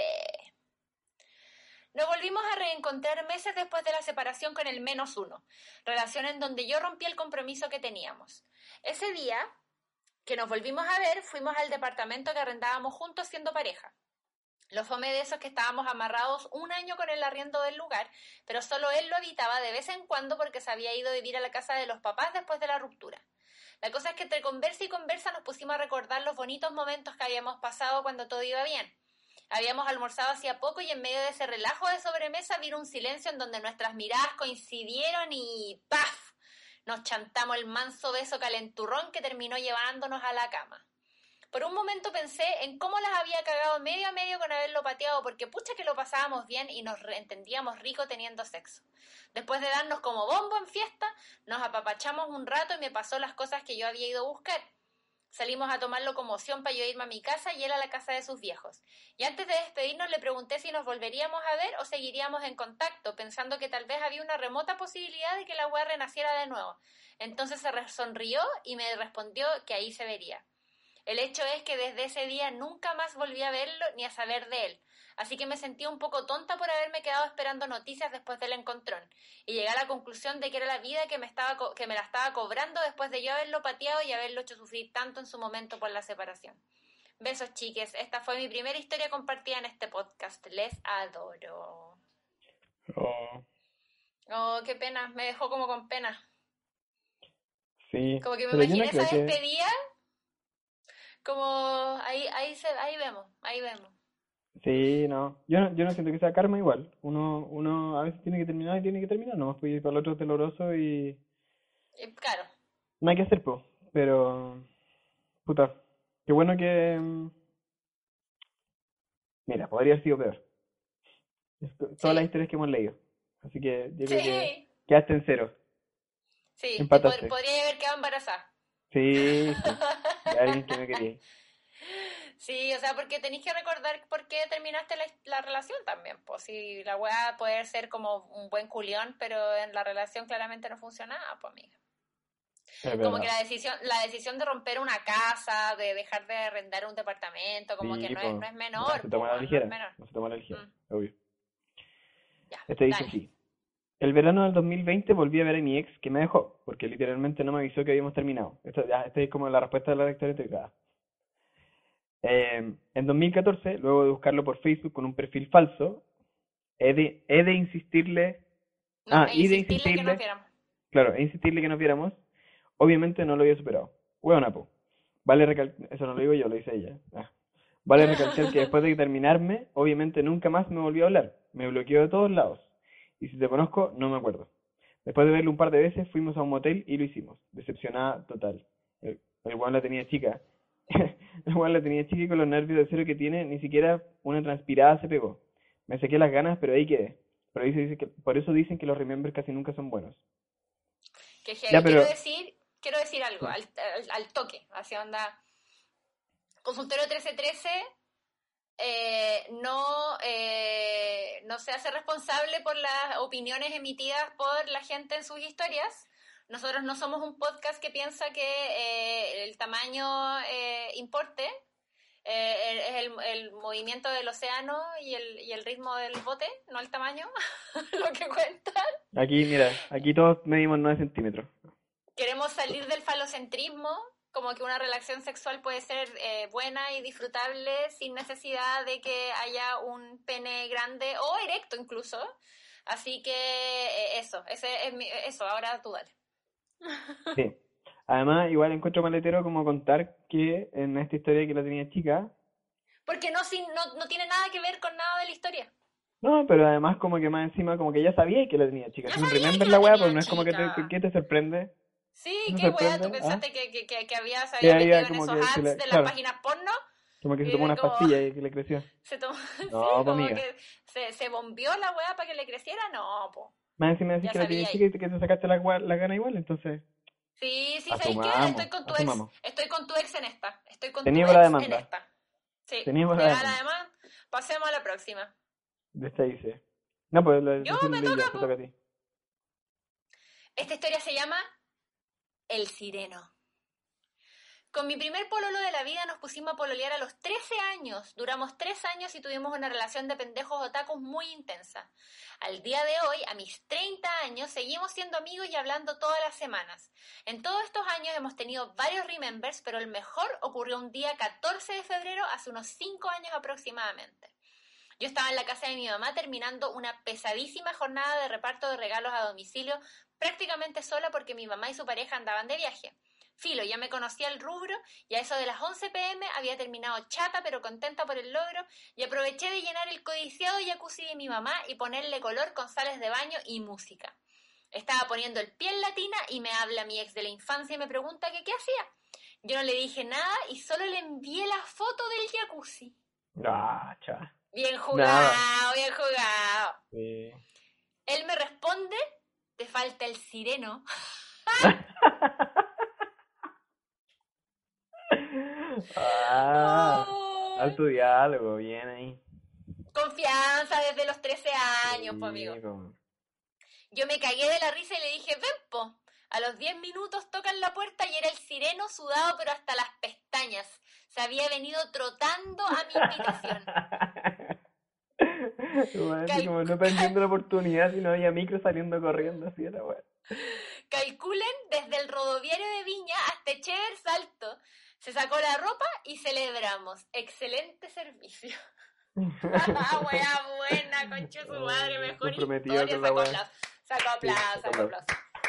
Nos volvimos a reencontrar meses después de la separación con el menos uno, relación en donde yo rompí el compromiso que teníamos. Ese día que nos volvimos a ver, fuimos al departamento que arrendábamos juntos siendo pareja. Lo fome de eso es que estábamos amarrados un año con el arriendo del lugar, pero solo él lo habitaba de vez en cuando porque se había ido a vivir a la casa de los papás después de la ruptura. La cosa es que entre conversa y conversa nos pusimos a recordar los bonitos momentos que habíamos pasado cuando todo iba bien. Habíamos almorzado hacía poco y en medio de ese relajo de sobremesa vino un silencio en donde nuestras miradas coincidieron y ¡paf! Nos chantamos el manso beso calenturrón que terminó llevándonos a la cama. Por un momento pensé en cómo las había cagado medio a medio con haberlo pateado, porque pucha que lo pasábamos bien y nos entendíamos rico teniendo sexo. Después de darnos como bombo en fiesta, nos apapachamos un rato y me pasó las cosas que yo había ido a buscar. Salimos a tomar locomoción para yo irme a mi casa y él a la casa de sus viejos. Y antes de despedirnos le pregunté si nos volveríamos a ver o seguiríamos en contacto, pensando que tal vez había una remota posibilidad de que la weá renaciera de nuevo. Entonces se sonrió y me respondió que ahí se vería. El hecho es que desde ese día nunca más volví a verlo ni a saber de él, así que me sentí un poco tonta por haberme quedado esperando noticias después del encontrón, y llegué a la conclusión de que era la vida que me, estaba co- que me la estaba cobrando después de yo haberlo pateado y haberlo hecho sufrir tanto en su momento por la separación. Besos, chiques, esta fue mi primera historia compartida en este podcast, les adoro. oh, Oh, qué pena, me dejó como con pena. sí, Como que me pero yo no imaginé esa creo que, despedida, como ahí, ahí, se, ahí vemos, ahí vemos. sí, no, yo no, yo no siento que sea karma igual, uno, uno a veces tiene que terminar y tiene que terminar, no, pues para el otro es doloroso y Eh, Claro. no hay que hacer, pues, pero, puta, qué bueno que, mm, mira, podría haber sido peor. Es to- todas las Sí, historias que hemos leído. Así que yo creo que sí, quedaste en cero. sí, te pod- Empataste. podría haber quedado embarazada. Sí, sí. De alguien que no quería. Sí, o sea, porque tenéis que recordar por qué terminaste la, la relación también. Pues si la weá puede ser como un buen culión, pero en la relación claramente no funcionaba, pues amiga. Es Como que verdad. la decisión, la decisión de romper una casa, de dejar de arrendar un departamento, como que Sí, no es, pues. no es No menor, se pues toma a la no es ligera. menor. No se toma a la ligera. Mm, Obvio. ya, Este dice dale. así. El verano del dos mil veinte volví a ver a mi ex que me dejó, porque literalmente no me avisó que habíamos terminado. Esto, ya, esta es como la respuesta de la historia entregada. Eh, en dos mil catorce, luego de buscarlo por Facebook con un perfil falso, he de, he de insistirle, No, ah, e y de insistirle que nos insistirle, viéramos. claro, e insistirle que nos viéramos, obviamente no lo había superado. Hueona, po. Vale recalcar, eso no lo digo yo, lo dice ella. Ah. Vale recalcar que después de terminarme, obviamente nunca más me volvió a hablar. Me bloqueó de todos lados. Y si te conozco, no me acuerdo. Después de verlo un par de veces, fuimos a un motel y lo hicimos. Decepcionada total. El, el weón la tenía chica. El weón la tenía chica y con los nervios de cero que tiene, ni siquiera una transpirada se pegó. Me saqué las ganas, pero ahí quedé. Por, ahí se dice que, por eso dicen que los remembers casi nunca son buenos. Que Ya, heavy. Quiero pero... decir, quiero decir algo, Sí. al, al, al toque, hacia onda. Consultorio trece trece eh, no, eh, no se hace responsable por las opiniones emitidas por la gente en sus historias. Nosotros no somos un podcast que piensa que eh, el tamaño eh, importe. Eh, es el, el movimiento del océano y el, y el ritmo del bote, no el tamaño, lo que cuenta. Aquí, mira, aquí todos medimos nueve centímetros. Queremos salir del falocentrismo, como que una relación sexual puede ser eh, buena y disfrutable sin necesidad de que haya un pene grande o erecto incluso. Así que eh, eso, ese es mi, eso, ahora tú dale. Sí. Además, igual encuentro maletero como contar que en esta historia que la tenía chica. Porque no, sin, no, no tiene nada que ver con nada de la historia. No, pero además como que más encima como que ya sabía que la tenía chica. Ya Es un sabía remember que la la weá, tenía pues no es como que te, chica. que te sorprende. Sí, ¿No qué weá, sorprende? tú pensaste ¿Ah? que, que, que, que había, se Que había había metido en como esos que se ads le- de claro, las páginas porno. como que se Y tomó de unas como, pastillas y que le creció. se tomó, sí, No, pues como amiga. que se, se bombió la weá para que le creciera, no, po. Más encima decís Ya que la tenía sabía chica ahí. y que te sacaste la, gua- la gana igual, entonces Sí, sí, ¿sabéis qué? Estoy asumamos, con tu ex, asumamos. estoy con tu ex en esta, estoy con tu Teníamos la ex en demanda, esta. Sí, teníamos la legal demanda. además, pasemos a la próxima. De esta dice. No, pues la Yo decisión me de ella, toca, te po. toca a ti. Esta historia se llama El Sireno. Con mi primer pololo de la vida nos pusimos a pololear a los trece años. Duramos tres años y tuvimos una relación de pendejos otakus muy intensa. Al día de hoy, a mis treinta años, seguimos siendo amigos y hablando todas las semanas. En todos estos años hemos tenido varios remembers, pero el mejor ocurrió un día catorce de febrero, hace unos cinco años aproximadamente. Yo estaba en la casa de mi mamá terminando una pesadísima jornada de reparto de regalos a domicilio, prácticamente sola porque mi mamá y su pareja andaban de viaje. Filo, ya me conocía el rubro y a eso de las once pe eme había terminado chata pero contenta por el logro y aproveché de llenar el codiciado jacuzzi de mi mamá y ponerle color con sales de baño y música. Estaba poniendo el pie en la tina y me habla mi ex de la infancia y me pregunta que qué hacía. Yo no le dije nada y solo le envié la foto del jacuzzi. Ah, cha. Bien jugado, Nada. bien jugado. Sí. Él me responde, te falta el sireno. Ah, Oh, alto diálogo, bien ahí. confianza desde los trece años, Sí, po, amigo. como- Yo me cagué de la risa y le dije, ven, po. A los diez minutos tocan la puerta y era el sireno sudado pero hasta las pestañas. Se había venido trotando a mi invitación. Bueno, así Cal- como no perdiendo la oportunidad, si no había micro saliendo corriendo, así era bueno. Calculen desde el rodoviario de Viña hasta Echever Salto. Se sacó la ropa y celebramos. Excelente servicio. Wea buena, concha su madre, mejor Comprometido historia. con la Sacó wea. aplauso, sacó aplauso, Sí, sacó sacó aplauso.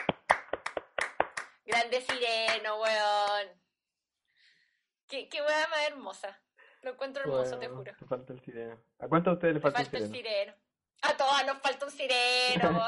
Grande sireno, weón. Qué, qué wea más hermosa. Lo encuentro hermoso, te Bueno, juro. te falta el sireno. ¿A cuántos de ustedes le Te falta, falta el el sireno? sireno. A todas nos falta un sireno,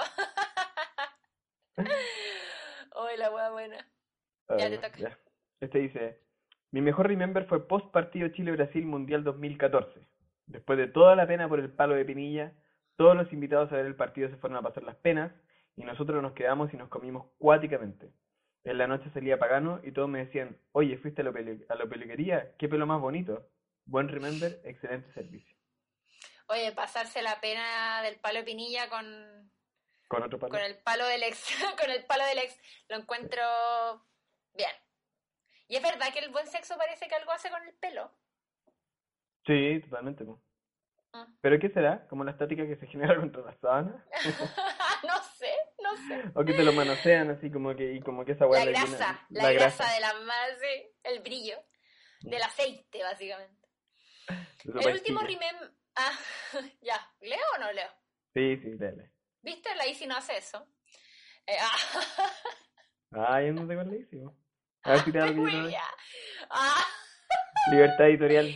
po. Uy, la wea buena. A Ya ver, te toca. ya. Este dice, mi mejor remember fue post partido Chile-Brasil Mundial dos mil catorce. Después de toda la pena por el palo de Pinilla, todos los invitados a ver el partido se fueron a pasar las penas y nosotros nos quedamos y nos comimos cuáticamente. En la noche salía pagano y todos me decían, oye, ¿fuiste a la, pelu- a la peluquería? ¿Qué pelo más bonito? Buen remember, excelente servicio. Oye, pasarse la pena del palo de Pinilla con, ¿Con otro palo? con el palo del ex, con el palo del ex, lo encuentro bien. Y es verdad que el buen sexo parece que algo hace con el pelo. Sí, totalmente. Po. Mm. ¿Pero qué será? ¿Como la estática que se genera contra la sábana? No sé, no sé. ¿O que te lo manosean así como que, y como que esa La weá le grasa, llena- la, grasa, de la madre, el brillo del aceite, básicamente. de su El último pastilla. remem... Ah, ya, ¿leo o no leo? Sí, sí, dale. ¿Viste? La Isi no hace eso. Eh, ah, Ah, yo no sé cuál le hice. po. A ver si te da lo que yo te doy. ya. Ah. Libertad editorial.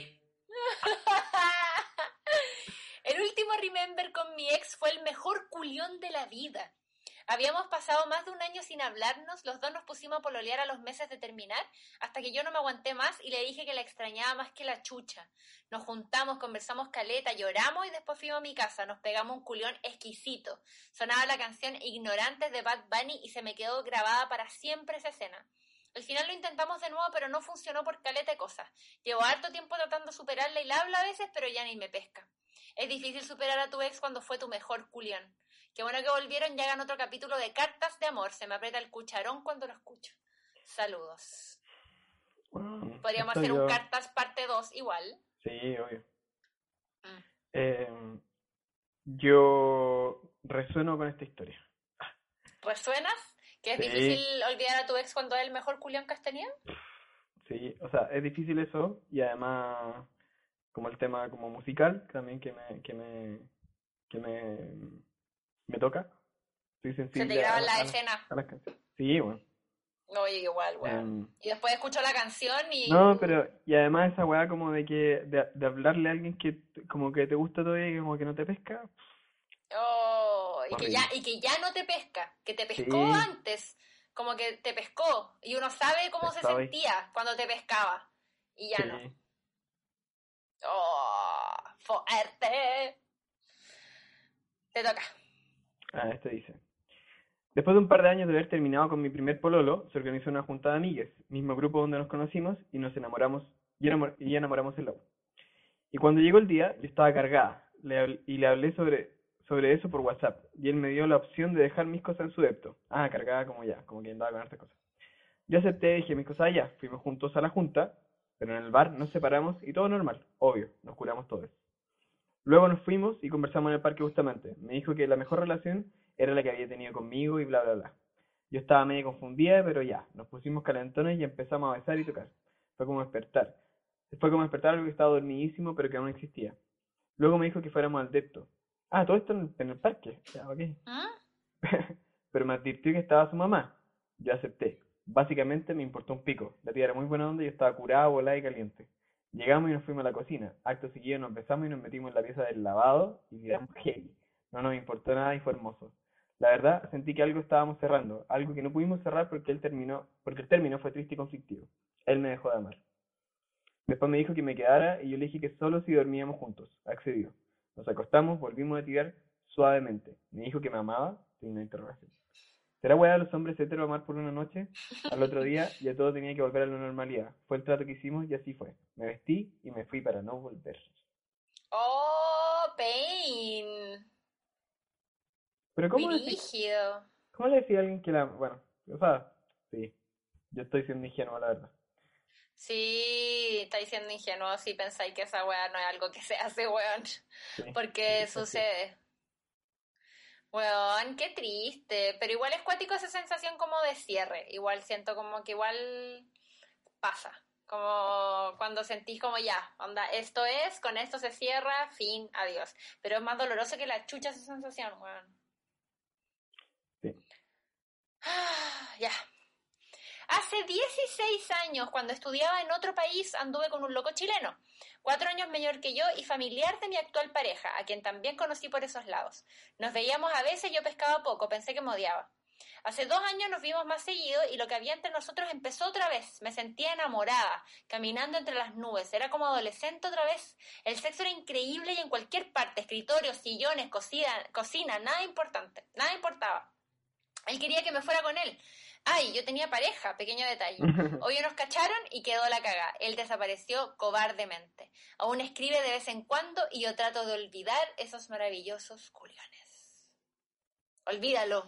El último remember con mi ex fue el mejor culión de la vida. Habíamos pasado más de un año sin hablarnos, los dos nos pusimos a pololear a los meses de terminar, hasta que yo no me aguanté más y le dije que la extrañaba más que la chucha. Nos juntamos, conversamos caleta, lloramos y después fuimos a mi casa, nos pegamos un culión exquisito. Sonaba la canción Ignorantes de Bad Bunny y se me quedó grabada para siempre esa escena. Al final lo intentamos de nuevo, pero no funcionó por caleta de cosas. Llevo harto tiempo tratando de superarla y la hablo a veces, pero ya ni me pesca. Es difícil superar a tu ex cuando fue tu mejor culión. Qué bueno que volvieron y hagan otro capítulo de Cartas de Amor. Se me aprieta el cucharón cuando lo escucho. Saludos. Bueno, Podríamos esto hacer yo- un Cartas parte dos igual. Sí, obvio. Mm. Eh, yo resueno con esta historia. ¿Resuenas? ¿Que es Sí. difícil olvidar a tu ex cuando es el mejor culión que has tenido? Sí, o sea, es difícil eso y además como el tema como musical también que me que me que me, me toca. Soy Se te sensible a, graba en la- la a, las, escena. a las canciones. Sí, bueno. Oye, igual, weón. Em, Y después escucho la canción y... no, pero y además esa weá como de que de, de hablarle a alguien que t- como que te gusta todavía y como que no te pesca, Oh, y que ya, horrible. y que ya no te pesca, que te pescó Sí, antes, como que te pescó, y uno sabe cómo se pesado ahí. sentía cuando te pescaba, y ya no. Sí. Oh, fuerte. Te toca. Ah, este dice. Después de un par de años de haber terminado con mi primer pololo, se organizó una junta de amigues, mismo grupo donde nos conocimos y nos enamoramos y, enamor- y enamoramos el lado. Y cuando llegó el día, yo estaba cargada le habl- y le hablé sobre, sobre eso por WhatsApp y él me dio la opción de dejar mis cosas en su depto. Ah, cargada como ya, como que andaba con hartas cosas. Yo acepté, dejé mis cosas allá, fuimos juntos a la junta, pero en el bar nos separamos y todo normal, obvio, nos curamos todos. Luego nos fuimos y conversamos en el parque justamente. Me dijo que la mejor relación era la que había tenido conmigo y bla, bla, bla. Yo estaba medio confundida, pero ya, nos pusimos calentones y empezamos a besar y tocar. Fue como despertar. Fue como despertar algo que estaba dormidísimo, pero que aún existía. Luego me dijo que fuéramos al depto. Ah, todo esto en el, en el parque. Ya, ok. ¿Mm? Pero me advirtió que estaba su mamá. Yo acepté. Básicamente me importó un pico. La tía era muy buena onda y yo estaba curada, volada y caliente. Llegamos y nos fuimos a la cocina. Acto seguido nos besamos y nos metimos en la pieza del lavado y tiramos heavy. No nos importó nada y fue hermoso. La verdad, sentí que algo estábamos cerrando, algo que no pudimos cerrar porque él terminó, porque el término fue triste y conflictivo. Él me dejó de amar. Después me dijo que me quedara y yo le dije que solo si dormíamos juntos. Accedió. Nos acostamos, volvimos a tirar suavemente. Me dijo que me amaba, sin una interrogación. ¿Será hueá de los hombres hetero amar por una noche? Al otro día ya todo tenía que volver a la normalidad. Fue el trato que hicimos y así fue. Me vestí y me fui para no volver. Oh, pain. Pero ¿cómo decir, Brígido. cómo le decía a alguien que la... Bueno, o sea, sí, yo estoy siendo ingenuo, la verdad. Sí, estáis siendo ingenuo si pensáis que esa weá no es algo que se hace, weón. Sí, Porque sí, sí. sucede. Weón, qué triste. Pero igual es cuático esa sensación como de cierre. Igual siento como que igual pasa. Como cuando sentís como ya, onda, esto es, con esto se cierra, fin, adiós. Pero es más doloroso que la chucha esa sensación, weón. Sí. Ah, ya. Hace dieciséis años, cuando estudiaba en otro país, anduve con un loco chileno, cuatro años mayor que yo y familiar de mi actual pareja, a quien también conocí por esos lados. Nos veíamos a veces, yo pescaba poco, pensé que me odiaba. Hace dos años nos vimos más seguido y lo que había entre nosotros empezó otra vez. Me sentía enamorada, caminando entre las nubes. Era como adolescente otra vez. El sexo era increíble y en cualquier parte, escritorios, sillones, cocina, cocina, nada importante, nada importaba. Él quería que me fuera con él. Ay, yo tenía pareja, pequeño detalle. Obvio nos cacharon y quedó la cagá. Él desapareció cobardemente. Aún escribe de vez en cuando y yo trato de olvidar esos maravillosos culiones. Olvídalo.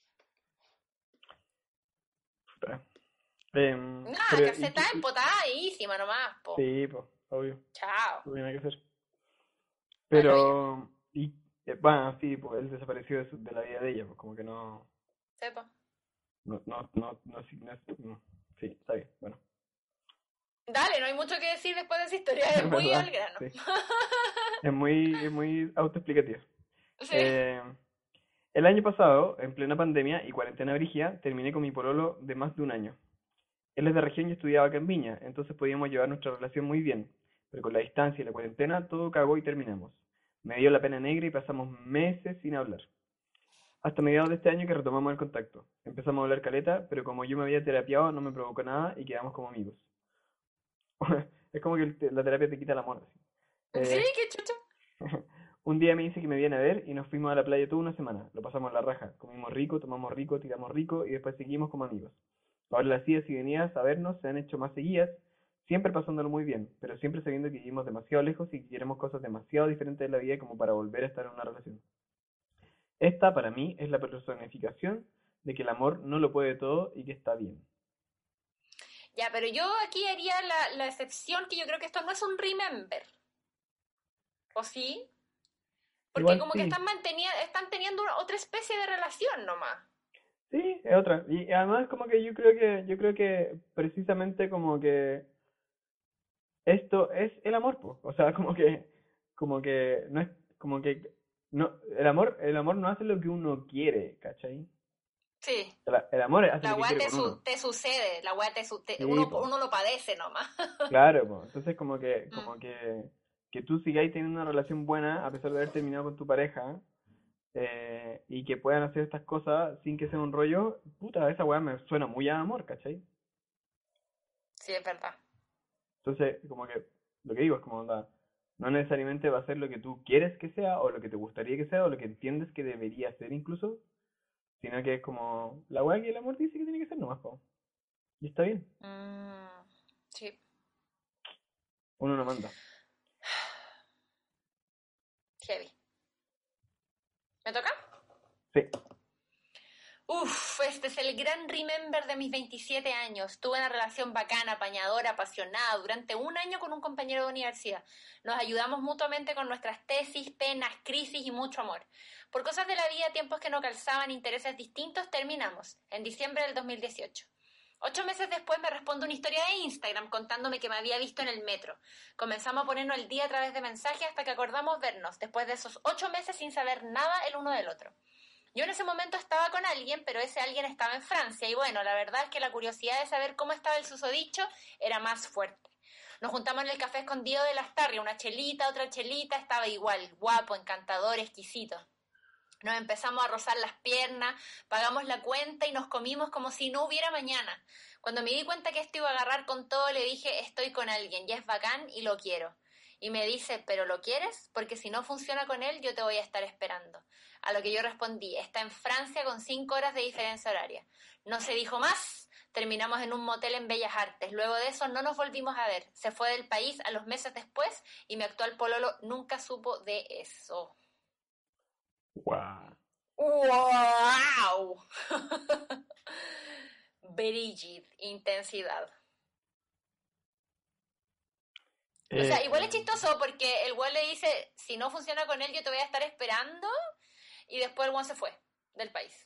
Eh, Nada, pero, ¿y caseta qué- y- empotadísima nomás, po. Sí, pues, obvio. Chao. No tiene nada que hacer. Al hoyo. Pero, y, eh, bueno, sí, pues él desapareció de, su- de la vida de ella, pues como que no, Sepa. no, no, no, no, sí, no, no, sí, está bien, bueno, Dale, no hay mucho que decir después de esa historia. Es es muy verdad, al grano. sí, es muy, es muy autoexplicativo. Sí. Eh, el año pasado, en plena pandemia y cuarentena brígida, terminé con mi pololo de más de un año. Él es de región y estudiaba acá en Viña, entonces podíamos llevar nuestra relación muy bien, pero con la distancia y la cuarentena todo cagó y terminamos. Me dio la pena negra y pasamos meses sin hablar. Hasta mediados de este año que retomamos el contacto. Empezamos a hablar caleta, pero como yo me había terapiado no me provocó nada y quedamos como amigos. Es como que el te- la terapia te quita el amor. Así. Sí, Eh, qué chucha. un día me dice que me viene a ver y nos fuimos a la playa toda una semana. Lo pasamos a la raja. Comimos rico, tomamos rico, tiramos rico y después seguimos como amigos. Ahora las idas y venidas a vernos se han hecho más seguidas, siempre pasándolo muy bien, pero siempre sabiendo que vivimos demasiado lejos y que queremos cosas demasiado diferentes de la vida como para volver a estar en una relación. Esta, para mí, es la personificación de que el amor no lo puede todo y que está bien. Ya, pero yo aquí haría la, la excepción que yo creo que esto no es un remember. ¿O sí? Porque Igual como que sí, están manteniendo, están teniendo una- otra especie de relación nomás. Sí, es otra. Y además como que yo creo que, yo creo que precisamente como que esto es el amor, po. O sea, como que, como que no es, como que no, el amor, el amor no hace lo que uno quiere, ¿cachai? Sí, El, el amor hace la lo que weá quiere te, con su- uno. te sucede, la weá te, su- te- Sí, uno, po. uno lo padece nomás. Claro, po. Entonces como que, Mm. como que, que tú sigáis teniendo una relación buena a pesar de haber terminado con tu pareja, eh, y que puedan hacer estas cosas sin que sea un rollo, puta, esa weá me suena muy a amor, ¿cachai? Sí, es verdad. Entonces, como que lo que digo es como onda, no necesariamente va a ser lo que tú quieres que sea, o lo que te gustaría que sea, o lo que entiendes que debería ser incluso, sino que es como la weá que el amor dice que tiene que ser nomás, po. Y está bien, Mm, sí, uno no manda. heavy. ¿Me toca? Sí. Uf, este es el gran remember de mis veintisiete años. Tuve una relación bacana, apañadora, apasionada durante un año con un compañero de universidad. Nos ayudamos mutuamente con nuestras tesis, penas, crisis y mucho amor. Por cosas de la vida, tiempos que no calzaban, intereses distintos, terminamos en diciembre del dos mil dieciocho. Ocho meses después me responde una historia de Instagram contándome que me había visto en el metro. Comenzamos a ponernos el día a través de mensajes hasta que acordamos vernos, después de esos ocho meses sin saber nada el uno del otro. Yo en ese momento estaba con alguien, pero ese alguien estaba en Francia y bueno, la verdad es que la curiosidad de saber cómo estaba el susodicho era más fuerte. Nos juntamos en el café escondido de las Tarrias, una chelita, otra chelita, estaba igual, guapo, encantador, exquisito. Nos empezamos a rozar las piernas, pagamos la cuenta y nos comimos como si no hubiera mañana. Cuando me di cuenta que esto iba a agarrar con todo, le dije, estoy con alguien, ya es bacán y lo quiero. Y me dice, ¿pero lo quieres? Porque si no funciona con él, yo te voy a estar esperando. A lo que yo respondí, está en Francia con cinco horas de diferencia horaria. No se dijo más. Terminamos en un motel en Bellas Artes. Luego de eso no nos volvimos a ver. Se fue del país a los meses después y mi actual pololo nunca supo de eso. Wow. ¡Wow! Brígid, intensidad. O sea, Eh, igual es chistoso porque el güey le dice, si no funciona con él, yo te voy a estar esperando. Y después el güey se fue del país.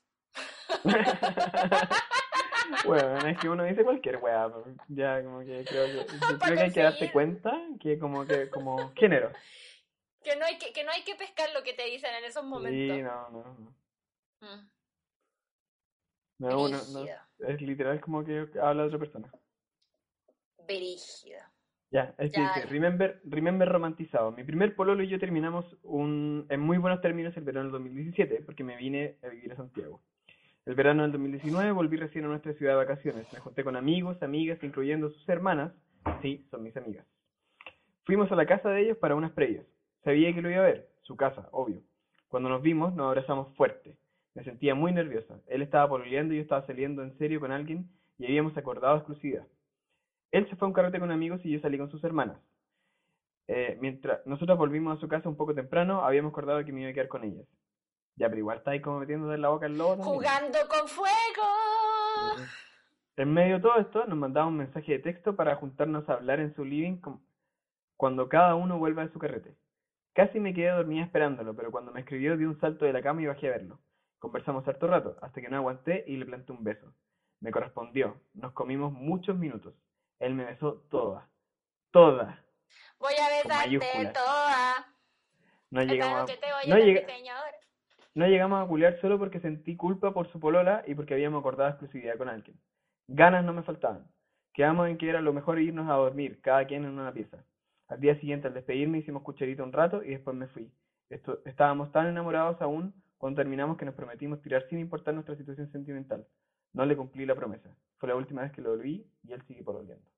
Bueno, es que uno dice cualquier weá, po. Ya como que creo que, yo Para creo que hay que darse conseguir cuenta que como que, como género. que no, hay que, que no hay que pescar lo que te dicen en esos momentos. Sí, no, no, no. Mm. No, uno, no, Brígido, es literal como que habla de otra persona. brígido. Ya, es que Ya, dice, dale. remember, remember romantizado. Mi primer pololo y yo terminamos un, en muy buenos términos el verano del dos mil diecisiete, porque me vine a vivir a Santiago. El verano del dos mil diecinueve volví recién a nuestra ciudad de vacaciones. Me junté con amigos, amigas, incluyendo sus hermanas. Sí, son mis amigas. Fuimos a la casa de ellos para unas previas. Sabía que lo iba a ver, su casa, obvio. Cuando nos vimos, nos abrazamos fuerte. Me sentía muy nerviosa. Él estaba pololeando y yo estaba saliendo en serio con alguien y habíamos acordado exclusividad. Él se fue a un carrete con amigos y yo salí con sus hermanas. Eh, mientras nosotros volvimos a su casa un poco temprano, habíamos acordado que me iba a quedar con ellas. Ya, pero igual está ahí como metiéndose en la boca el lobo también. Jugando con fuego. Sí. En medio de todo esto, nos mandaba un mensaje de texto para juntarnos a hablar en su living com- cuando cada uno vuelva de su carrete. Casi me quedé dormida esperándolo, pero cuando me escribió di un salto de la cama y bajé a verlo. Conversamos harto rato, hasta que no aguanté y le planté un beso. Me correspondió. Nos comimos muchos minutos. Él me besó toda. Toda. Voy a Con besarte mayúsculas. toda. No Esta llegamos noche te a... voy No, a dar mi llega... señor. no llegamos a culiar solo porque sentí culpa por su polola y porque habíamos acordado exclusividad con alguien. Ganas no me faltaban. Quedamos en que era lo mejor irnos a dormir, cada quien en una pieza. Al día siguiente, al despedirme, hicimos cucharita un rato y después me fui. Esto, estábamos tan enamorados aún cuando terminamos que nos prometimos tirar sin importar nuestra situación sentimental. No le cumplí la promesa. Fue la última vez que lo vi y él sigue pololeando.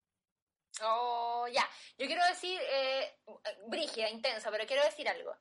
Oh, ya. Yo quiero decir, eh, brígida, intensa, pero quiero decir algo.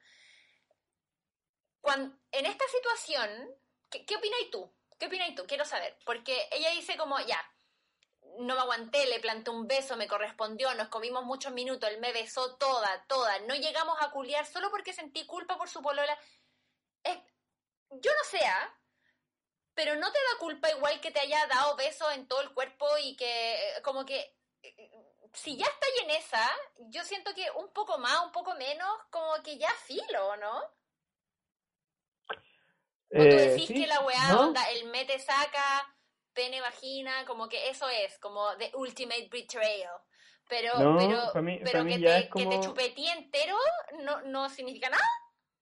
Cuando, en esta situación, ¿qué, qué opinas tú? ¿Qué opinas tú? Quiero saber. Porque ella dice como, ya, no me aguanté, le planté un beso, me correspondió, nos comimos muchos minutos, él me besó toda, toda. No llegamos a culiar solo porque sentí culpa por su polola. Es, yo no sé, ¿ah? Pero no te da culpa igual que te haya dado besos en todo el cuerpo y que, eh, como que, eh, si ya está en esa, yo siento que un poco más, un poco menos, como que ya filo, ¿no? O tú Eh, decís sí, que la weá ¿no? onda, el mete saca, pene vagina, como que eso es, como the ultimate betrayal. Pero, pero, No, para mí, para pero mí que ya es te, que te como, chupetí entero no, no significa nada.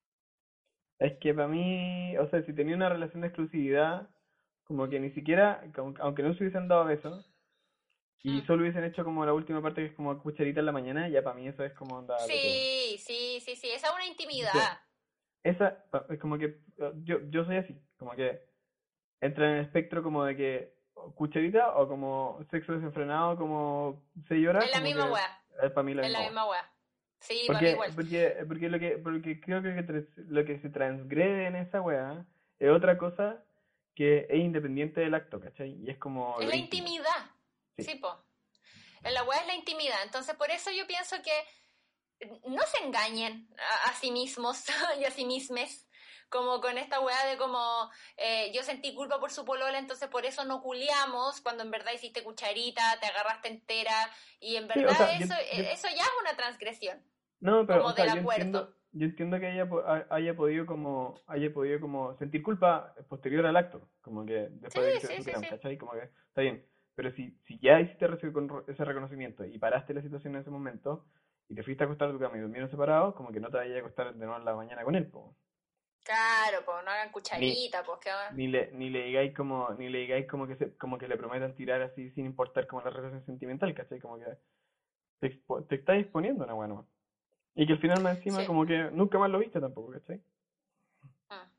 es que para mí, o sea, si tenía una relación de exclusividad, como que ni siquiera, como- aunque no se hubiesen dado besos, y Mm. solo hubiesen hecho como la última parte que es como cucharita en la mañana, ya para mí eso es como onda loco. Sí, sí, sí, sí, esa es una Porque intimidad. esa, pa- es como que, eh, yo, yo soy así, como que entra en el espectro como de que o cucharita o como sexo desenfrenado, como seis horas, Es la como misma que weá, es para mí la es misma la hueá. misma weá. Sí, para mí Porque, igual. porque, porque lo que, porque creo que tras- lo que se transgrede en esa weá es otra cosa que es independiente del acto, ¿cachai? Y es como Es lo la íntimo. intimidad. Sí. Sí, po. En la weá es la intimidad. Entonces, por eso yo pienso que no se engañen a, a sí mismos y a sí mismes. Como con esta weá de como eh, yo sentí culpa por su polola, entonces por eso no culiamos, cuando en verdad hiciste cucharita, te agarraste entera, y en Sí, o verdad sea, yo, eso, yo, eso ya es una transgresión, no, pero, como o sea, del yo acuerdo. entiendo, yo entiendo que haya, po- ha- haya podido como, haya podido como sentir culpa posterior al acto, como que Sí, después de que se sí, sí, supieron, sí. ¿cachai? Como que está bien, pero si, si ya hiciste ese, con- ese reconocimiento y paraste la situación en ese momento y te fuiste a acostar a tu cama y durmieron separados, como que no te vayas a acostar de nuevo en la mañana con él, po. Claro, pues no hagan Ni, cucharita, pues que hagan... ni le, ni le digáis como, ni le digáis como que se, como que le prometan tirar así sin importar como la relación sentimental, ¿cachai? Como que te, expo- te estás exponiendo a una weá nomás. Y que al final más encima Sí. como que nunca más lo viste tampoco, ¿cachai? Mm.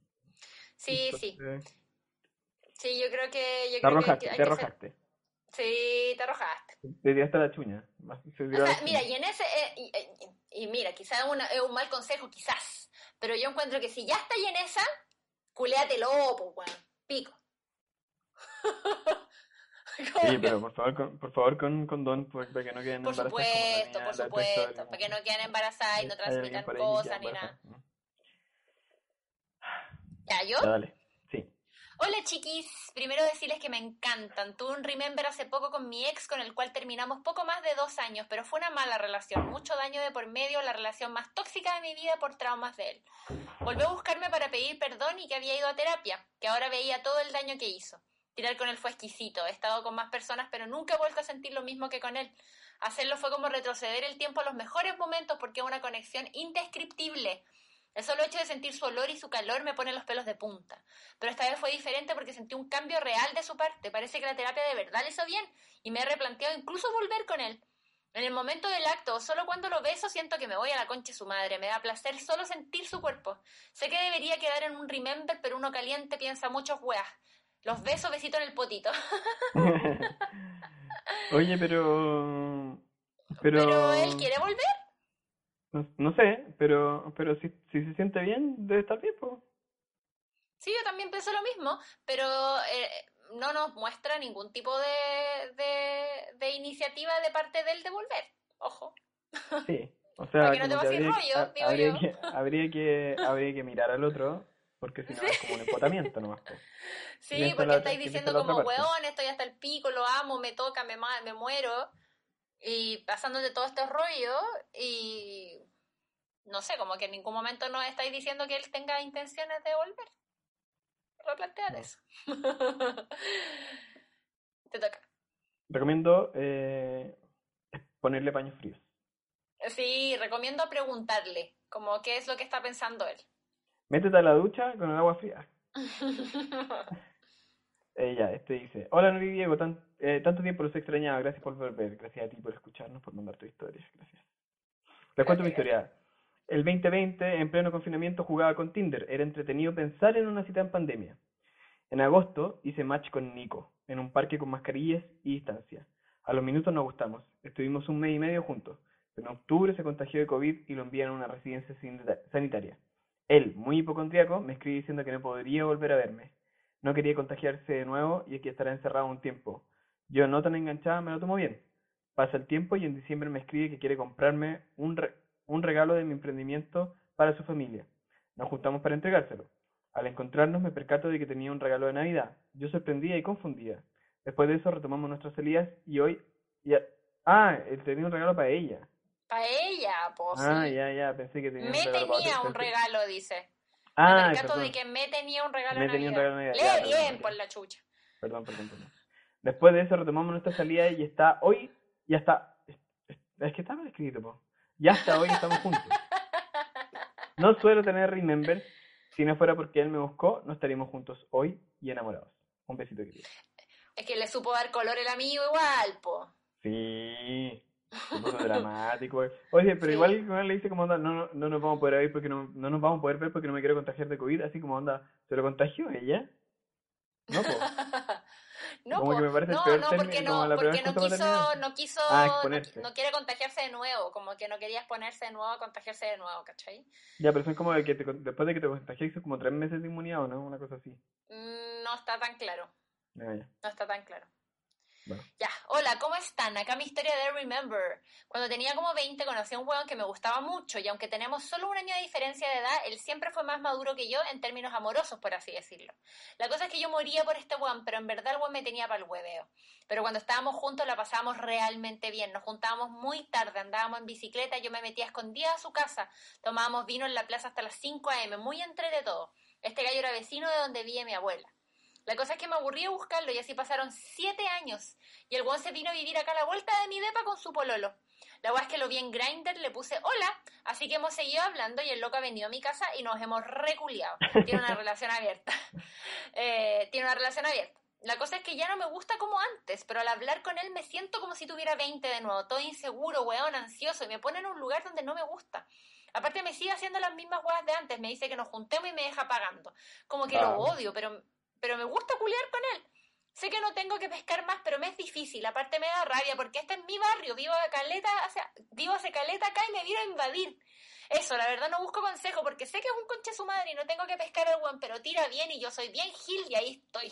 Sí, sí. Entonces, Sí, yo creo que, yo te creo que, que arrojaste, hay te que ser... arrojaste. Sí, te arrojaste. Te tiraste la chuña. más- Se O tiró sea, la mira, chuña. y en ese, eh, y, y- y mira, quizás es, una- es un mal consejo, quizás, pero yo encuentro que si ya está ahí en esa, culéatelo, pues, weón, pico. Como Oye, que, pero por favor, con, por favor con condón, pues, para que no queden por embarazadas como la supuesto, niña por de la otra supuesto, historia. para que no queden embarazadas y Hay, no hay alguien transmitan por ahí que queda cosas ni nada. embarazada. ¿Ya yo? Ya, dale. Sí. Hola chiquis, primero decirles que me encantan. Tuve un remember hace poco con mi ex con el cual terminamos poco más de dos años, pero fue una mala relación, mucho daño de por medio, la relación más tóxica de mi vida por traumas de él. Volvió a buscarme para pedir perdón y que había ido a terapia, que ahora veía todo el daño que hizo. Tirar con él fue exquisito, he estado con más personas pero nunca he vuelto a sentir lo mismo que con él. Hacerlo fue como retroceder el tiempo a los mejores momentos porque es una conexión indescriptible. El solo hecho de sentir su olor y su calor me pone los pelos de punta. Pero esta vez fue diferente porque sentí un cambio real de su parte. Parece que la terapia de verdad le hizo bien y me he replanteado incluso volver con él. En el momento del acto o solo cuando lo beso siento que me voy a la concha de su madre. Me da placer solo sentir su cuerpo. Sé que debería quedar en un remember, pero uno caliente piensa muchos weas. Los besos, besito en el potito. Oye, pero... Pero él Pero... quiere volver. No, no sé, pero pero si, si se siente bien, debe estar bien, pues. Sí, yo también pienso lo mismo, pero eh, no nos muestra ningún tipo de, de, de iniciativa de parte de él de volver. Ojo. Sí, o Para sea, que no te como que pases habría que, rollo, ha- digo habría yo. que, habría que, habría que mirar al otro, porque si no es como un Sí. empotamiento nomás, po. ¿Qué Sí, piensa porque la estáis otra, qué piensa diciendo la otra como, parte? weón, estoy hasta el pico, lo amo, me toca, me, ma- me muero. Y pasándote todo este rollo y no sé, como que en ningún momento nos estáis diciendo que él tenga intenciones de volver. Replanteate Mm. eso. Te toca. Recomiendo eh, ponerle paños fríos. Sí, recomiendo preguntarle, como qué es lo que está pensando él. Métete a la ducha con el agua fría. Eh, ya, este dice, hola Nuri Diego, tan- eh, tanto tiempo los he extrañado, gracias por volver, gracias a ti por escucharnos, por mandar tu historia, gracias. Les cuento mi Gracias, gracias. historia. El veinte veinte, en pleno confinamiento, jugaba con Tinder, era entretenido pensar en una cita en pandemia. En agosto hice match con Nico, en un parque con mascarillas y distancia. A los minutos nos gustamos, estuvimos un mes y medio juntos. En octubre se contagió de COVID y lo envían a una residencia sanitaria. Él, muy hipocondriaco, me escribe diciendo que no podría volver a verme. No quería contagiarse de nuevo y que estará encerrado un tiempo. Yo, no tan enganchada, me lo tomo bien. Pasa el tiempo y en diciembre me escribe que quiere comprarme un, re un regalo de mi emprendimiento para su familia. Nos juntamos para entregárselo. Al encontrarnos me percato de que tenía un regalo de Navidad. Yo sorprendida y confundida. Después de eso retomamos nuestras salidas y hoy... Ya... Ah, él tenía un regalo para ella. Para ella, pues Ah, sí. ya, ya, pensé que tenía un Me regalo para otro. tenía un Pensé, regalo, dice. Ah, me percato perdón. de que me tenía un regalo Me de tenía un Navidad. regalo de Lee Navidad, ya, bien, perdón, por la chucha. Perdón, perdón, perdón. Después de eso retomamos nuestra salida y está hoy, ya está, es que está mal escrito, po. Ya hasta hoy estamos juntos. No suelo tener remembers, si no fuera porque él me buscó, no estaríamos juntos hoy y enamorados. Un besito, querido. Es que le supo dar color el amigo igual, po. Sí, se puso dramático. Oye, pero Sí. igual como le dice como onda, no, no, no nos vamos a poder ver porque no, no nos vamos a poder ver porque no me quiero contagiar de COVID, así como onda, ¿se lo contagió ella? No, po. No, Como que po. me parece el no, peor no, porque término, como no, la peor porque no excusa para quiso, terminar. no quiso, Ah, no, exponerse. no quiere contagiarse de nuevo, como que no quería exponerse de nuevo a contagiarse de nuevo, ¿cachai? Ya, pero son como de que te, después de que te contagias, son como tres meses de inmunidad, ¿o no? Una cosa así. Mm, No está tan claro, Ah, ya. no está tan claro. Bueno. Ya, hola, ¿cómo están? Acá mi historia de Remember. Cuando tenía como veinte conocí a un weón que me gustaba mucho y aunque tenemos solo un año de diferencia de edad, él siempre fue más maduro que yo en términos amorosos, por así decirlo. La cosa es que yo moría por este weón, pero en verdad el weón me tenía para el hueveo. Pero cuando estábamos juntos la pasábamos realmente bien, nos juntábamos muy tarde, andábamos en bicicleta, yo me metía escondida a su casa, tomábamos vino en la plaza hasta las cinco a eme, muy entre de todo. Este gallo era vecino de donde vivía mi abuela. La cosa es que me aburrí de buscarlo y así pasaron siete años. Y el weón se vino a vivir acá a la vuelta de mi depa con su pololo. La weá es que lo vi en Grindr, le puse hola, así que hemos seguido hablando y el loco ha venido a mi casa y nos hemos reculeado. Tiene una relación abierta. eh, tiene una relación abierta. La cosa es que ya no me gusta como antes, pero al hablar con él me siento como si tuviera veinte de nuevo, todo inseguro, weón, ansioso, y me pone en un lugar donde no me gusta. Aparte me sigue haciendo las mismas weas de antes, me dice que nos juntemos y me deja pagando. Como que lo odio, pero... pero me gusta culiar con él. Sé que no tengo que pescar más, pero me es difícil. Aparte me da rabia porque este es mi barrio. Vivo a caleta, hace, vivo hace caleta acá y me vino a invadir. Eso, la verdad no busco consejo porque sé que es un conche su madre y no tengo que pescar al guan, pero tira bien y yo soy bien gil y ahí estoy.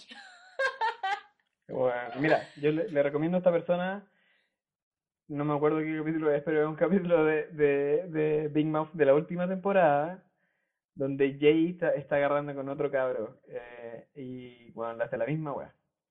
Bueno, mira, yo le, le recomiendo a esta persona, no me acuerdo qué capítulo es, pero es un capítulo de, de, de Big Mouth de la última temporada, donde Jay está, está agarrando con otro cabro. Eh, y bueno, le hace la misma wea.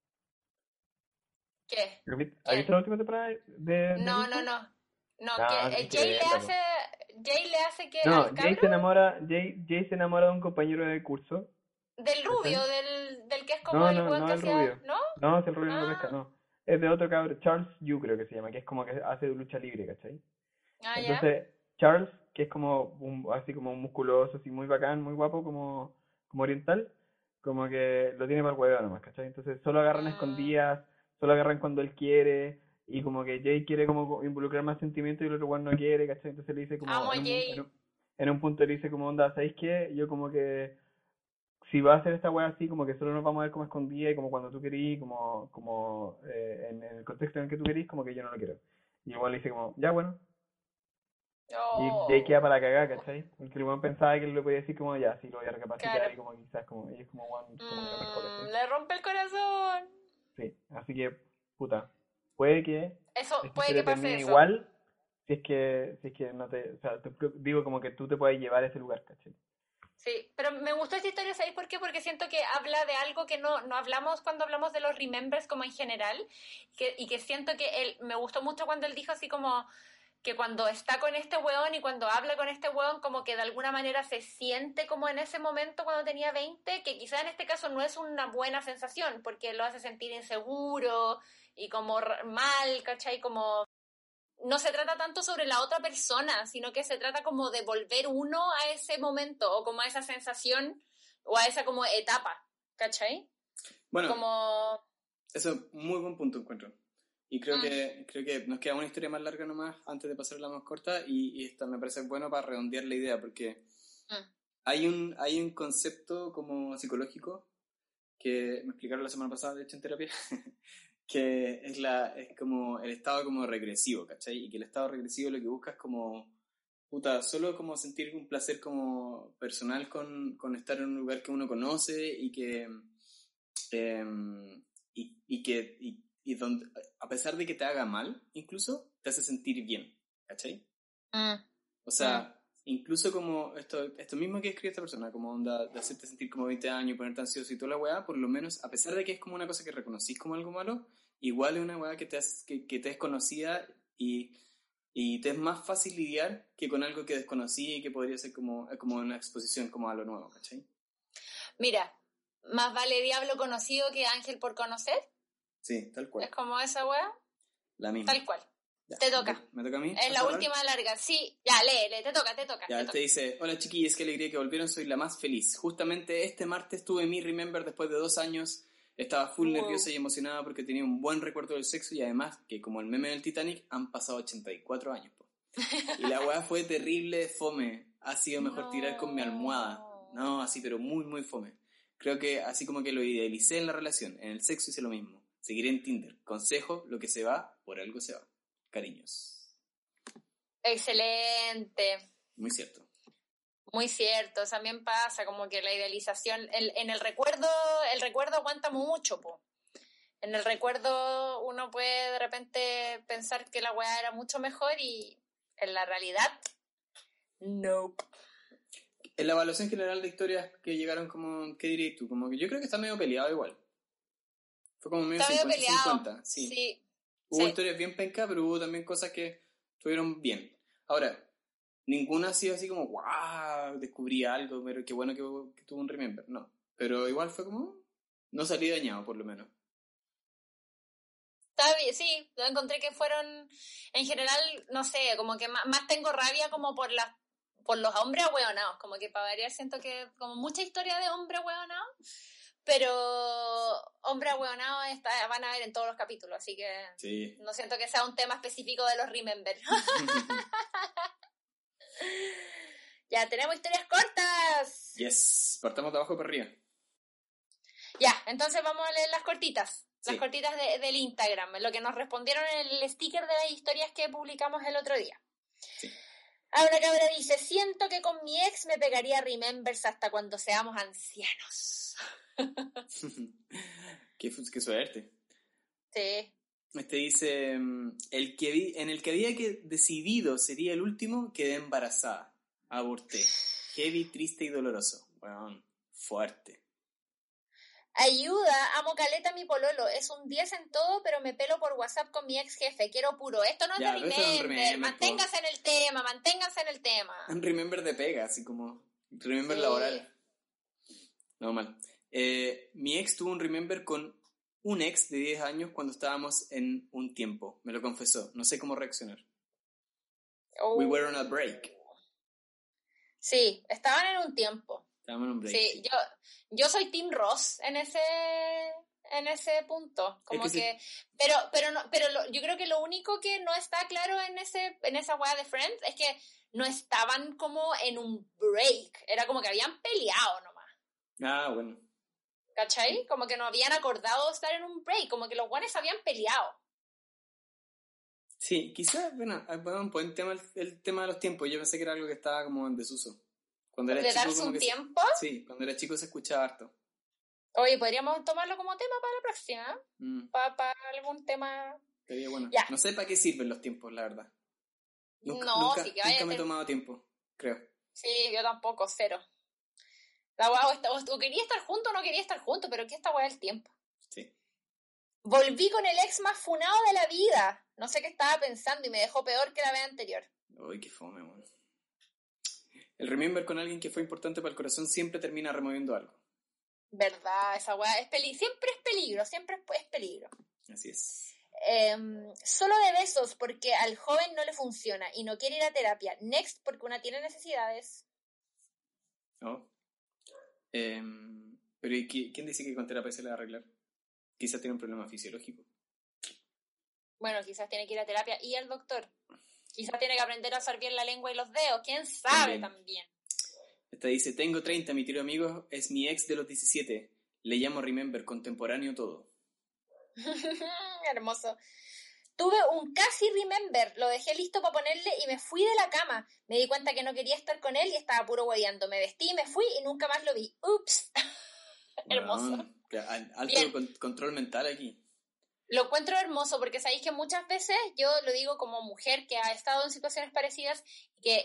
¿Qué? ¿Has visto ¿Quién? la última temporada de, de No, Big no, Mouth? no. No, No, que tenés eh, que Jay le verla, po. hace... Jay le hace que No, al Jay cabro se enamora, Jay, Jay se enamora de un compañero de curso. del rubio, ¿Cachai? del, del que es como No, el no, weón no que el hacía... rubio. ¿No? No, es el rubio no lo pesca, Ah, no. Es de otro cabro, Charles Yu creo que se llama, que es como que hace lucha libre, ¿cachai? ah, ya. Entonces, Charles, que es como un, así como musculoso, así muy bacán, muy guapo, como, como oriental, como que lo tiene para el huevo nomás, ¿cachai? Entonces solo agarran Mm, escondidas, solo agarran cuando él quiere, y como que Jay quiere como involucrar más sentimientos y el otro weón no quiere, ¿cachai? Entonces le dice como, amo a en un, en Jay. un, en un punto le dice como, onda, ¿sabéis qué? Yo como que si va a hacer esta weá así, como que solo nos vamos a ver como escondida y como cuando tú querís, como, como eh, en, en el contexto en el que tú querís, como que yo no lo quiero. Y igual le dice como, ya bueno. Y Jay queda Oh, para cagar, ¿cachai? Porque el weón pensaba que él le podía decir como, ya, sí, lo voy a recapacitar claro. y como quizás como, y es como, weón, como que no pescó, Mm, ¿cachai? le rompe el corazón. Sí, así que, puta, puede que Eso, esta puede que historia pase termine eso. igual si es que, si es que no te, o sea, te- digo como que tú te puedes llevar a ese lugar, ¿cachai? Sí, pero me gustó esta historia, ¿sabéis por qué? Porque siento que habla de algo que no, no hablamos cuando hablamos de los remembers como en general, que, y que siento que él, me gustó mucho cuando él dijo así como que cuando está con este weón y cuando habla con este weón, como que de alguna manera se siente como en ese momento cuando tenía veinte, que quizá en este caso no es una buena sensación, porque lo hace sentir inseguro y como r- mal, ¿cachai? Como no se trata tanto sobre la otra persona, sino que se trata como de volver uno a ese momento o como a esa sensación o a esa como etapa, ¿cachai? Bueno, Como... eso es un muy buen punto, encuentro. Y creo Mm. que creo que nos queda una historia más larga nomás antes de pasar a la más corta y, y esta me parece bueno para redondear la idea porque Mm. hay un, hay un concepto como psicológico que me explicaron la semana pasada, de hecho en terapia, que es, la, es como el estado como regresivo, ¿cachai? Y que el estado regresivo lo que busca es como, puta, solo como sentir un placer como personal con, con estar en un lugar que uno conoce y que, eh, y, y que, y, y donde, a pesar de que te haga mal, incluso, te hace sentir bien, ¿cachai? Mm. O sea, incluso como esto, esto mismo que escribe esta persona, como onda de hacerte sentir como veinte años, ponerte ansioso y toda la weá, por lo menos, a pesar de que es como una cosa que reconocís como algo malo, igual es una weá que te, has, que, que te es conocida y, Y te es más fácil lidiar que con algo que desconocí y que podría ser como, como una exposición como a lo nuevo, ¿cachai? Mira, más vale diablo conocido que ángel por conocer. Sí, tal cual. Es como esa weá. La misma. Tal cual. Ya, Te toca. ¿Me, me toca a mí? Es la cerrar? última larga. Sí, ya, lee, lee, te toca, te toca. Ya, te él toca. te dice, hola chiquillos, qué alegría que volvieron, soy la más feliz. Justamente este martes tuve mi Remember después de dos años. Estaba full Wow. nerviosa y emocionada porque tenía un buen recuerdo del sexo y además que como el meme del Titanic han pasado ochenta y cuatro años. Po. Y la weá fue terrible de fome. Ha sido mejor No. tirar con mi almohada. No, así, pero muy, muy fome. Creo que así como que lo idealicé en la relación. En el sexo hice lo mismo. Seguiré en Tinder. Consejo, lo que se va, por algo se va. Cariños. Excelente. Muy cierto. Muy cierto, también pasa como que la idealización, el, en el recuerdo, el recuerdo aguanta mucho, po. En el recuerdo uno puede de repente pensar que la weá era mucho mejor y en la realidad, nope. En la evaluación general de historias que llegaron como, ¿qué dirías tú? Como que yo creo que está medio peleado igual. Fue como medio Está medio cincuenta peleado. cincuenta, sí. Sí. Hubo Sí. historias bien pencas, pero hubo también cosas que estuvieron bien. Ahora, ninguna ha sido así como, wow, descubrí algo, pero qué bueno que, que tuvo un Remember. No, pero igual fue como, no salí dañado por lo menos. Está bien, sí, yo encontré que fueron, en general, no sé, como que más, más tengo rabia como por las por los hombres ahueonados, como que para variar siento que como mucha historia de hombre ahueonado, pero hombre ahueonado está, van a ver en todos los capítulos, así que Sí. no siento que sea un tema específico de los Remember. Ya, tenemos historias cortas. Yes, partamos de abajo para arriba. Ya, entonces vamos a leer las cortitas. Las Sí. cortitas de, del Instagram, lo que nos respondieron en el sticker de las historias que publicamos el otro día. Sí. Ah, una cabra dice, siento que con mi ex me pegaría Remembers hasta cuando seamos ancianos. qué, qué suerte. Sí. Este dice, el que vi, en el que había que decidido sería el último, quedé embarazada. Aborté. Heavy, triste y doloroso. Bueno, fuerte. Ayuda, amo caleta a mi pololo. Es un diez en todo, pero me pelo por WhatsApp con mi ex jefe. Quiero puro. Esto no es Ya, de pero esto es un Remember. Remember, Manténgase en el tema, manténgase en el tema. Un Remember de pega, así como Remember Sí. laboral. No, mal. Eh, mi ex tuvo un Remember con un ex de diez años cuando estábamos en un tiempo. Me lo confesó. No sé cómo reaccionar. Oh. We were on a break. Sí, estaban en un tiempo. Estábamos en un break. Sí, sí. yo, yo soy Team Ross en ese, en ese punto. Como Es que que, sí. pero, pero no, pero lo, yo creo que lo único que no está claro en ese, en esa weá de Friends es que no estaban como en un break. Era como que habían peleado nomás. Ah, bueno. ¿Cachai? Como que no habían acordado estar en un break, como que los guanes habían peleado. Sí, quizás, bueno, bueno, pues el tema, el tema de los tiempos. Yo pensé que era algo que estaba como en desuso. Cuando era ¿De chico, darse como un que se- tiempo? Sí, cuando era chico se escuchaba harto. Oye, podríamos tomarlo como tema para la próxima, Mm, para, para algún tema. estaría bueno. Ya. No sé para qué sirven los tiempos, la verdad. Nunca, No, nunca, sí que vaya nunca a me he tener- tomado tiempo, creo. Sí, yo tampoco, cero. La weá, o, esta- o quería estar junto o no quería estar junto, pero ¿qué esta weá del tiempo? Sí. Volví con el ex más funado de la vida. No sé qué estaba pensando y me dejó peor que la vez anterior. Uy, qué fome, weón. El remember con alguien que fue importante para el corazón siempre termina removiendo algo. Verdad, esa weá es peli siempre es peligro, siempre es, es peligro. Así es. Eh, solo de besos porque al joven no le funciona y no quiere ir a terapia. Next porque una tiene necesidades. ¿No? Eh, pero ¿y qui- quién dice que con terapia se le va a arreglar? Quizás tiene un problema fisiológico. Bueno, quizás tiene que ir a terapia y al doctor. Quizás tiene que aprender a usar bien la lengua y los dedos. ¿Quién sabe También. también? Esta dice, tengo treinta, mi tiro amigo es mi ex de los diecisiete. Le llamo Remember, contemporáneo todo. Hermoso. Tuve un casi remember, lo dejé listo para ponerle y me fui de la cama. Me di cuenta que no quería estar con él y estaba puro hueveando. Me vestí, me fui y nunca más lo vi. Ups. Hermoso. Bueno, que al- alto Bien. con- control mental aquí. Lo encuentro hermoso porque sabéis que muchas veces, yo lo digo como mujer que ha estado en situaciones parecidas, que,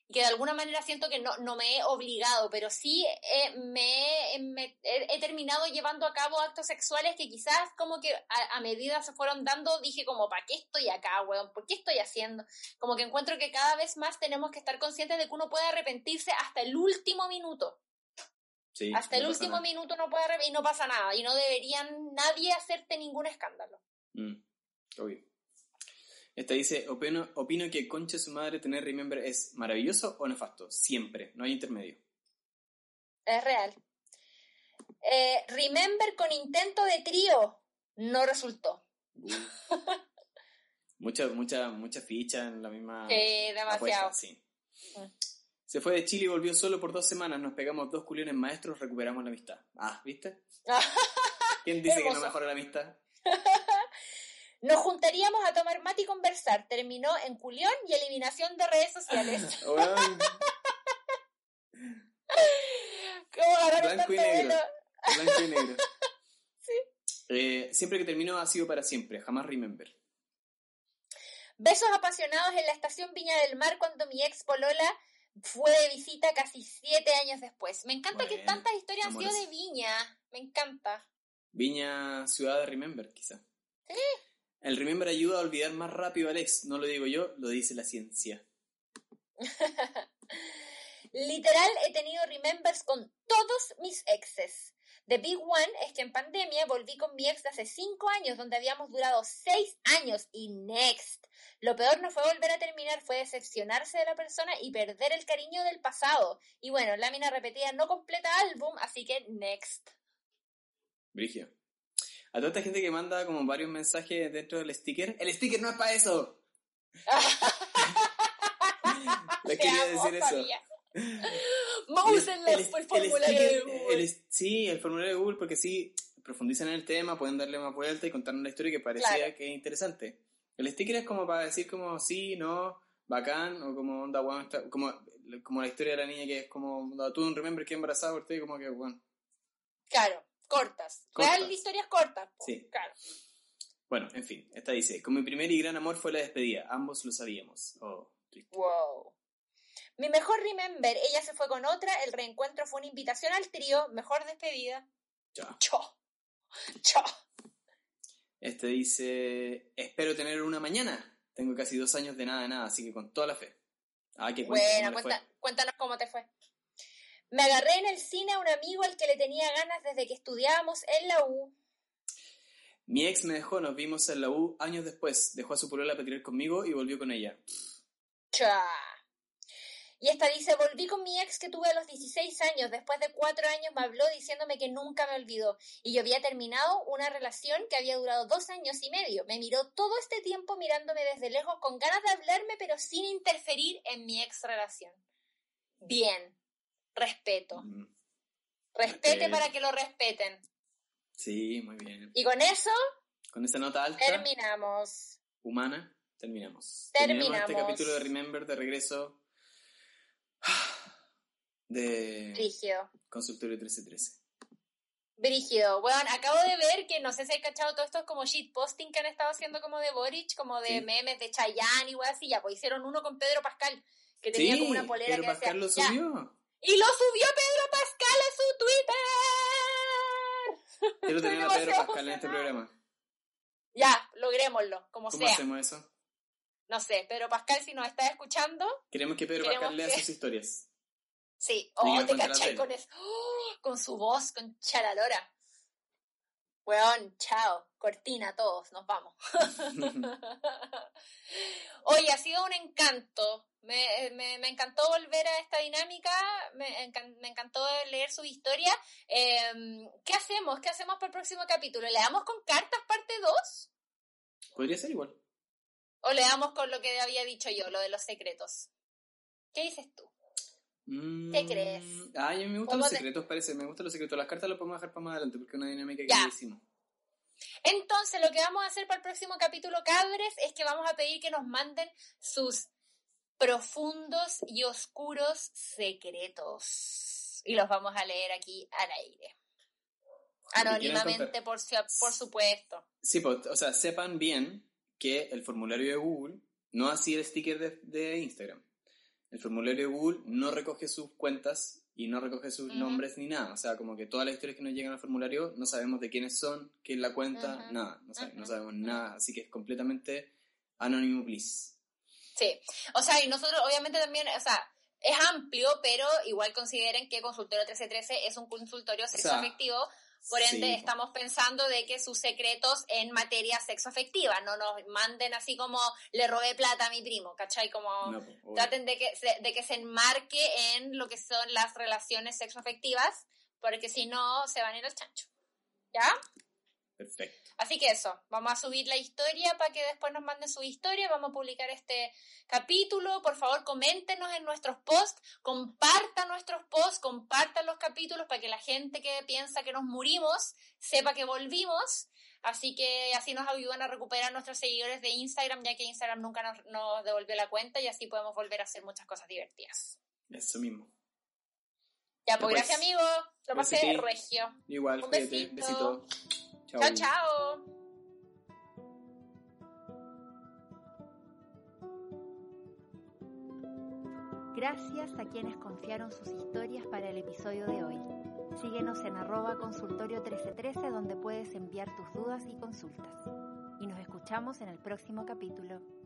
y que de alguna manera siento que no, no me he obligado, pero sí eh, me, he, me he, he terminado llevando a cabo actos sexuales que quizás como que a, a medida se fueron dando, dije como, ¿para qué estoy acá, weón? ¿Por qué estoy haciendo? Como que encuentro que cada vez más tenemos que estar conscientes de que uno puede arrepentirse hasta el último minuto. Sí, hasta no el pasa último nada. minuto no puede arrepentirse y no pasa nada, y no deberían nadie hacerte ningún escándalo. Mm, obvio. Esta dice, opino, opino que conche su madre tener Remember es maravilloso o nefasto. Siempre, no hay intermedio. Es real. Eh, Remember con intento de trío no resultó. Uh. mucha, mucha, mucha ficha en la misma Sí, demasiado. apuesta, sí. Mm. Se fue de Chile y volvió solo por dos semanas. Nos pegamos dos culiones maestros, recuperamos la amistad. Ah, ¿viste? ¿Quién dice Hermoso. que no mejora la amistad? Nos juntaríamos a tomar mate y conversar. Terminó en culión y eliminación de redes sociales. ¿Cómo ganaron Blanco y tanto negro. vuelo? Blanco y negro. Sí. Eh, siempre que terminó ha sido para siempre. Jamás Remember. Besos apasionados en la estación Viña del Mar cuando mi ex polola fue de visita casi siete años después. Me encanta Bueno, que tantas historias han sido amores. de Viña. Me encanta. Viña, ciudad de Remember, quizá. Sí. El Remember ayuda a olvidar más rápido al ex. No lo digo yo, lo dice la ciencia. Literal, he tenido remembers con todos mis exes. The big one es que en pandemia volví con mi ex de hace cinco años, donde habíamos durado seis años, y next. Lo peor no fue volver a terminar, fue decepcionarse de la persona y perder el cariño del pasado. Y bueno, lámina repetida no completa álbum, así que next. Brigio. A toda esta gente que manda como varios mensajes dentro del sticker. ¡El sticker no es para eso! Les quería Te amo, decir eso. Fabián. Úsenlo El- por el formulario sticker- de Google. el- sí, el formulario de Google, porque sí profundizan en el tema, pueden darle más vuelta y contar una historia que parecía Claro. que es interesante. El sticker es como para decir como sí, no, bacán, o como onda, bueno, está- como, como la historia de la niña que es como, onda, tú un remember que embarazada por ti, como que, bueno. Claro, cortas. Cortas. Real historias cortas. po. Sí. Claro. Bueno, en fin, esta dice, con mi primer y gran amor fue la despedida, ambos lo sabíamos. Oh, triste. Wow. Mi mejor remember, ella se fue con otra, el reencuentro fue una invitación al trío, mejor despedida. Chao. Chao. Chao. Este dice, espero tener una mañana. Tengo casi dos años de nada de nada, así que con toda la fe. Ah, qué cuenta, Bueno, ¿cómo le cuenta- fue? cuéntanos cómo te fue. Me agarré en el cine a un amigo al que le tenía ganas desde que estudiábamos en la U. Mi ex me dejó, nos vimos en la U años después. Dejó a su polola para tirar conmigo y volvió con ella. Cha. Y esta dice, volví con mi ex que tuve a los dieciséis años. Después de cuatro años me habló diciéndome que nunca me olvidó. Y yo había terminado una relación que había durado dos años y medio. Me miró todo este tiempo mirándome desde lejos con ganas de hablarme, pero sin interferir en mi ex relación. Bien. Respeto. Mm. Respete Respeto. para que lo respeten. Sí, muy bien. Y con eso Con esa nota alta, terminamos. humana, terminamos. Terminamos. este capítulo de Remember de regreso de Brígido. Consultorio trece trece. Brígido. Bueno, acabo de ver que no sé si hay cachado todo esto como shitposting que han estado haciendo como de Boric, como de Sí. memes de Chayanne y wey así. Ya, pues hicieron uno con Pedro Pascal, que tenía Sí, como una polera Pedro que Pascal decía, lo "Ya". subió. Y lo subió Pedro Pascal a su Twitter. Quiero tener a Estoy Pedro demasiado Pascal en este emocionada. programa. Ya, logrémoslo, como ¿Cómo sea. hacemos eso? No sé, Pedro Pascal, si nos estás escuchando, Queremos que Pedro Queremos Pascal lea que- sus historias. sí. Y que Oh, nos te cuente las de cachai él. con eso. Oh, con su voz, con Charalora. Weón, chao. Cortina, todos, nos vamos. Oye, ha sido un encanto. Me, me, me encantó volver a esta dinámica. Me, encan- me encantó leer su historia. Eh, ¿Qué hacemos? ¿Qué hacemos para el próximo capítulo? ¿Le damos con cartas parte dos? Podría ser igual. ¿O le damos con lo que había dicho yo, lo de los secretos? ¿Qué dices tú? Mm, ¿Qué crees? Ah, a mí me gustan ¿Cómo los te- secretos, parece. Me gustan los secretos. Las cartas las podemos dejar para más adelante porque es una dinámica que Ya. ya hicimos. Entonces, lo que vamos a hacer para el próximo capítulo, cabres, es que vamos a pedir que nos manden sus profundos y oscuros secretos. Y los vamos a leer aquí al aire. Anónimamente, contar. por, su- por supuesto. Sí, pues, o sea, sepan bien que el formulario de Google no hacía el sticker de, de Instagram. El formulario de Google no recoge sus cuentas y no recoge sus Uh-huh. nombres ni nada. O sea, como que todas las historias que nos llegan al formulario no sabemos de quiénes son, qué es la cuenta, Uh-huh. nada. No, sabe- no Uh-huh. sabemos nada. Así que es completamente anónimo, please. Sí, o sea, y nosotros obviamente también, o sea, es amplio, pero igual consideren que Consultorio trece trece es un consultorio sexoafectivo, por ende sí, po. estamos pensando de que sus secretos en materia sexoafectiva, no nos manden así como le robé plata a mi primo, ¿cachai? Como No, po, obvio. traten de que, se- de que se enmarque en lo que son las relaciones sexoafectivas, porque si no se van a ir al chancho, ¿ya? Perfecto. Así que eso, vamos a subir la historia para que después nos manden su historia, vamos a publicar este capítulo, por favor coméntenos en nuestros posts, compartan nuestros posts, compartan los capítulos para que la gente que piensa que nos murimos sepa que volvimos, así que así nos ayudan a recuperar nuestros seguidores de Instagram, ya que Instagram nunca nos, nos devolvió la cuenta y así podemos volver a hacer muchas cosas divertidas. Eso mismo. Ya, Ya, pues, pues. gracias amigo, lo pasé Gracias a ti. regio. Igual, Un cuídate. besito. Besito. Chao. Chao, chao. Gracias a quienes confiaron sus historias para el episodio de hoy. Síguenos en arroba consultorio trece trece donde puedes enviar tus dudas y consultas. Y nos escuchamos en el próximo capítulo.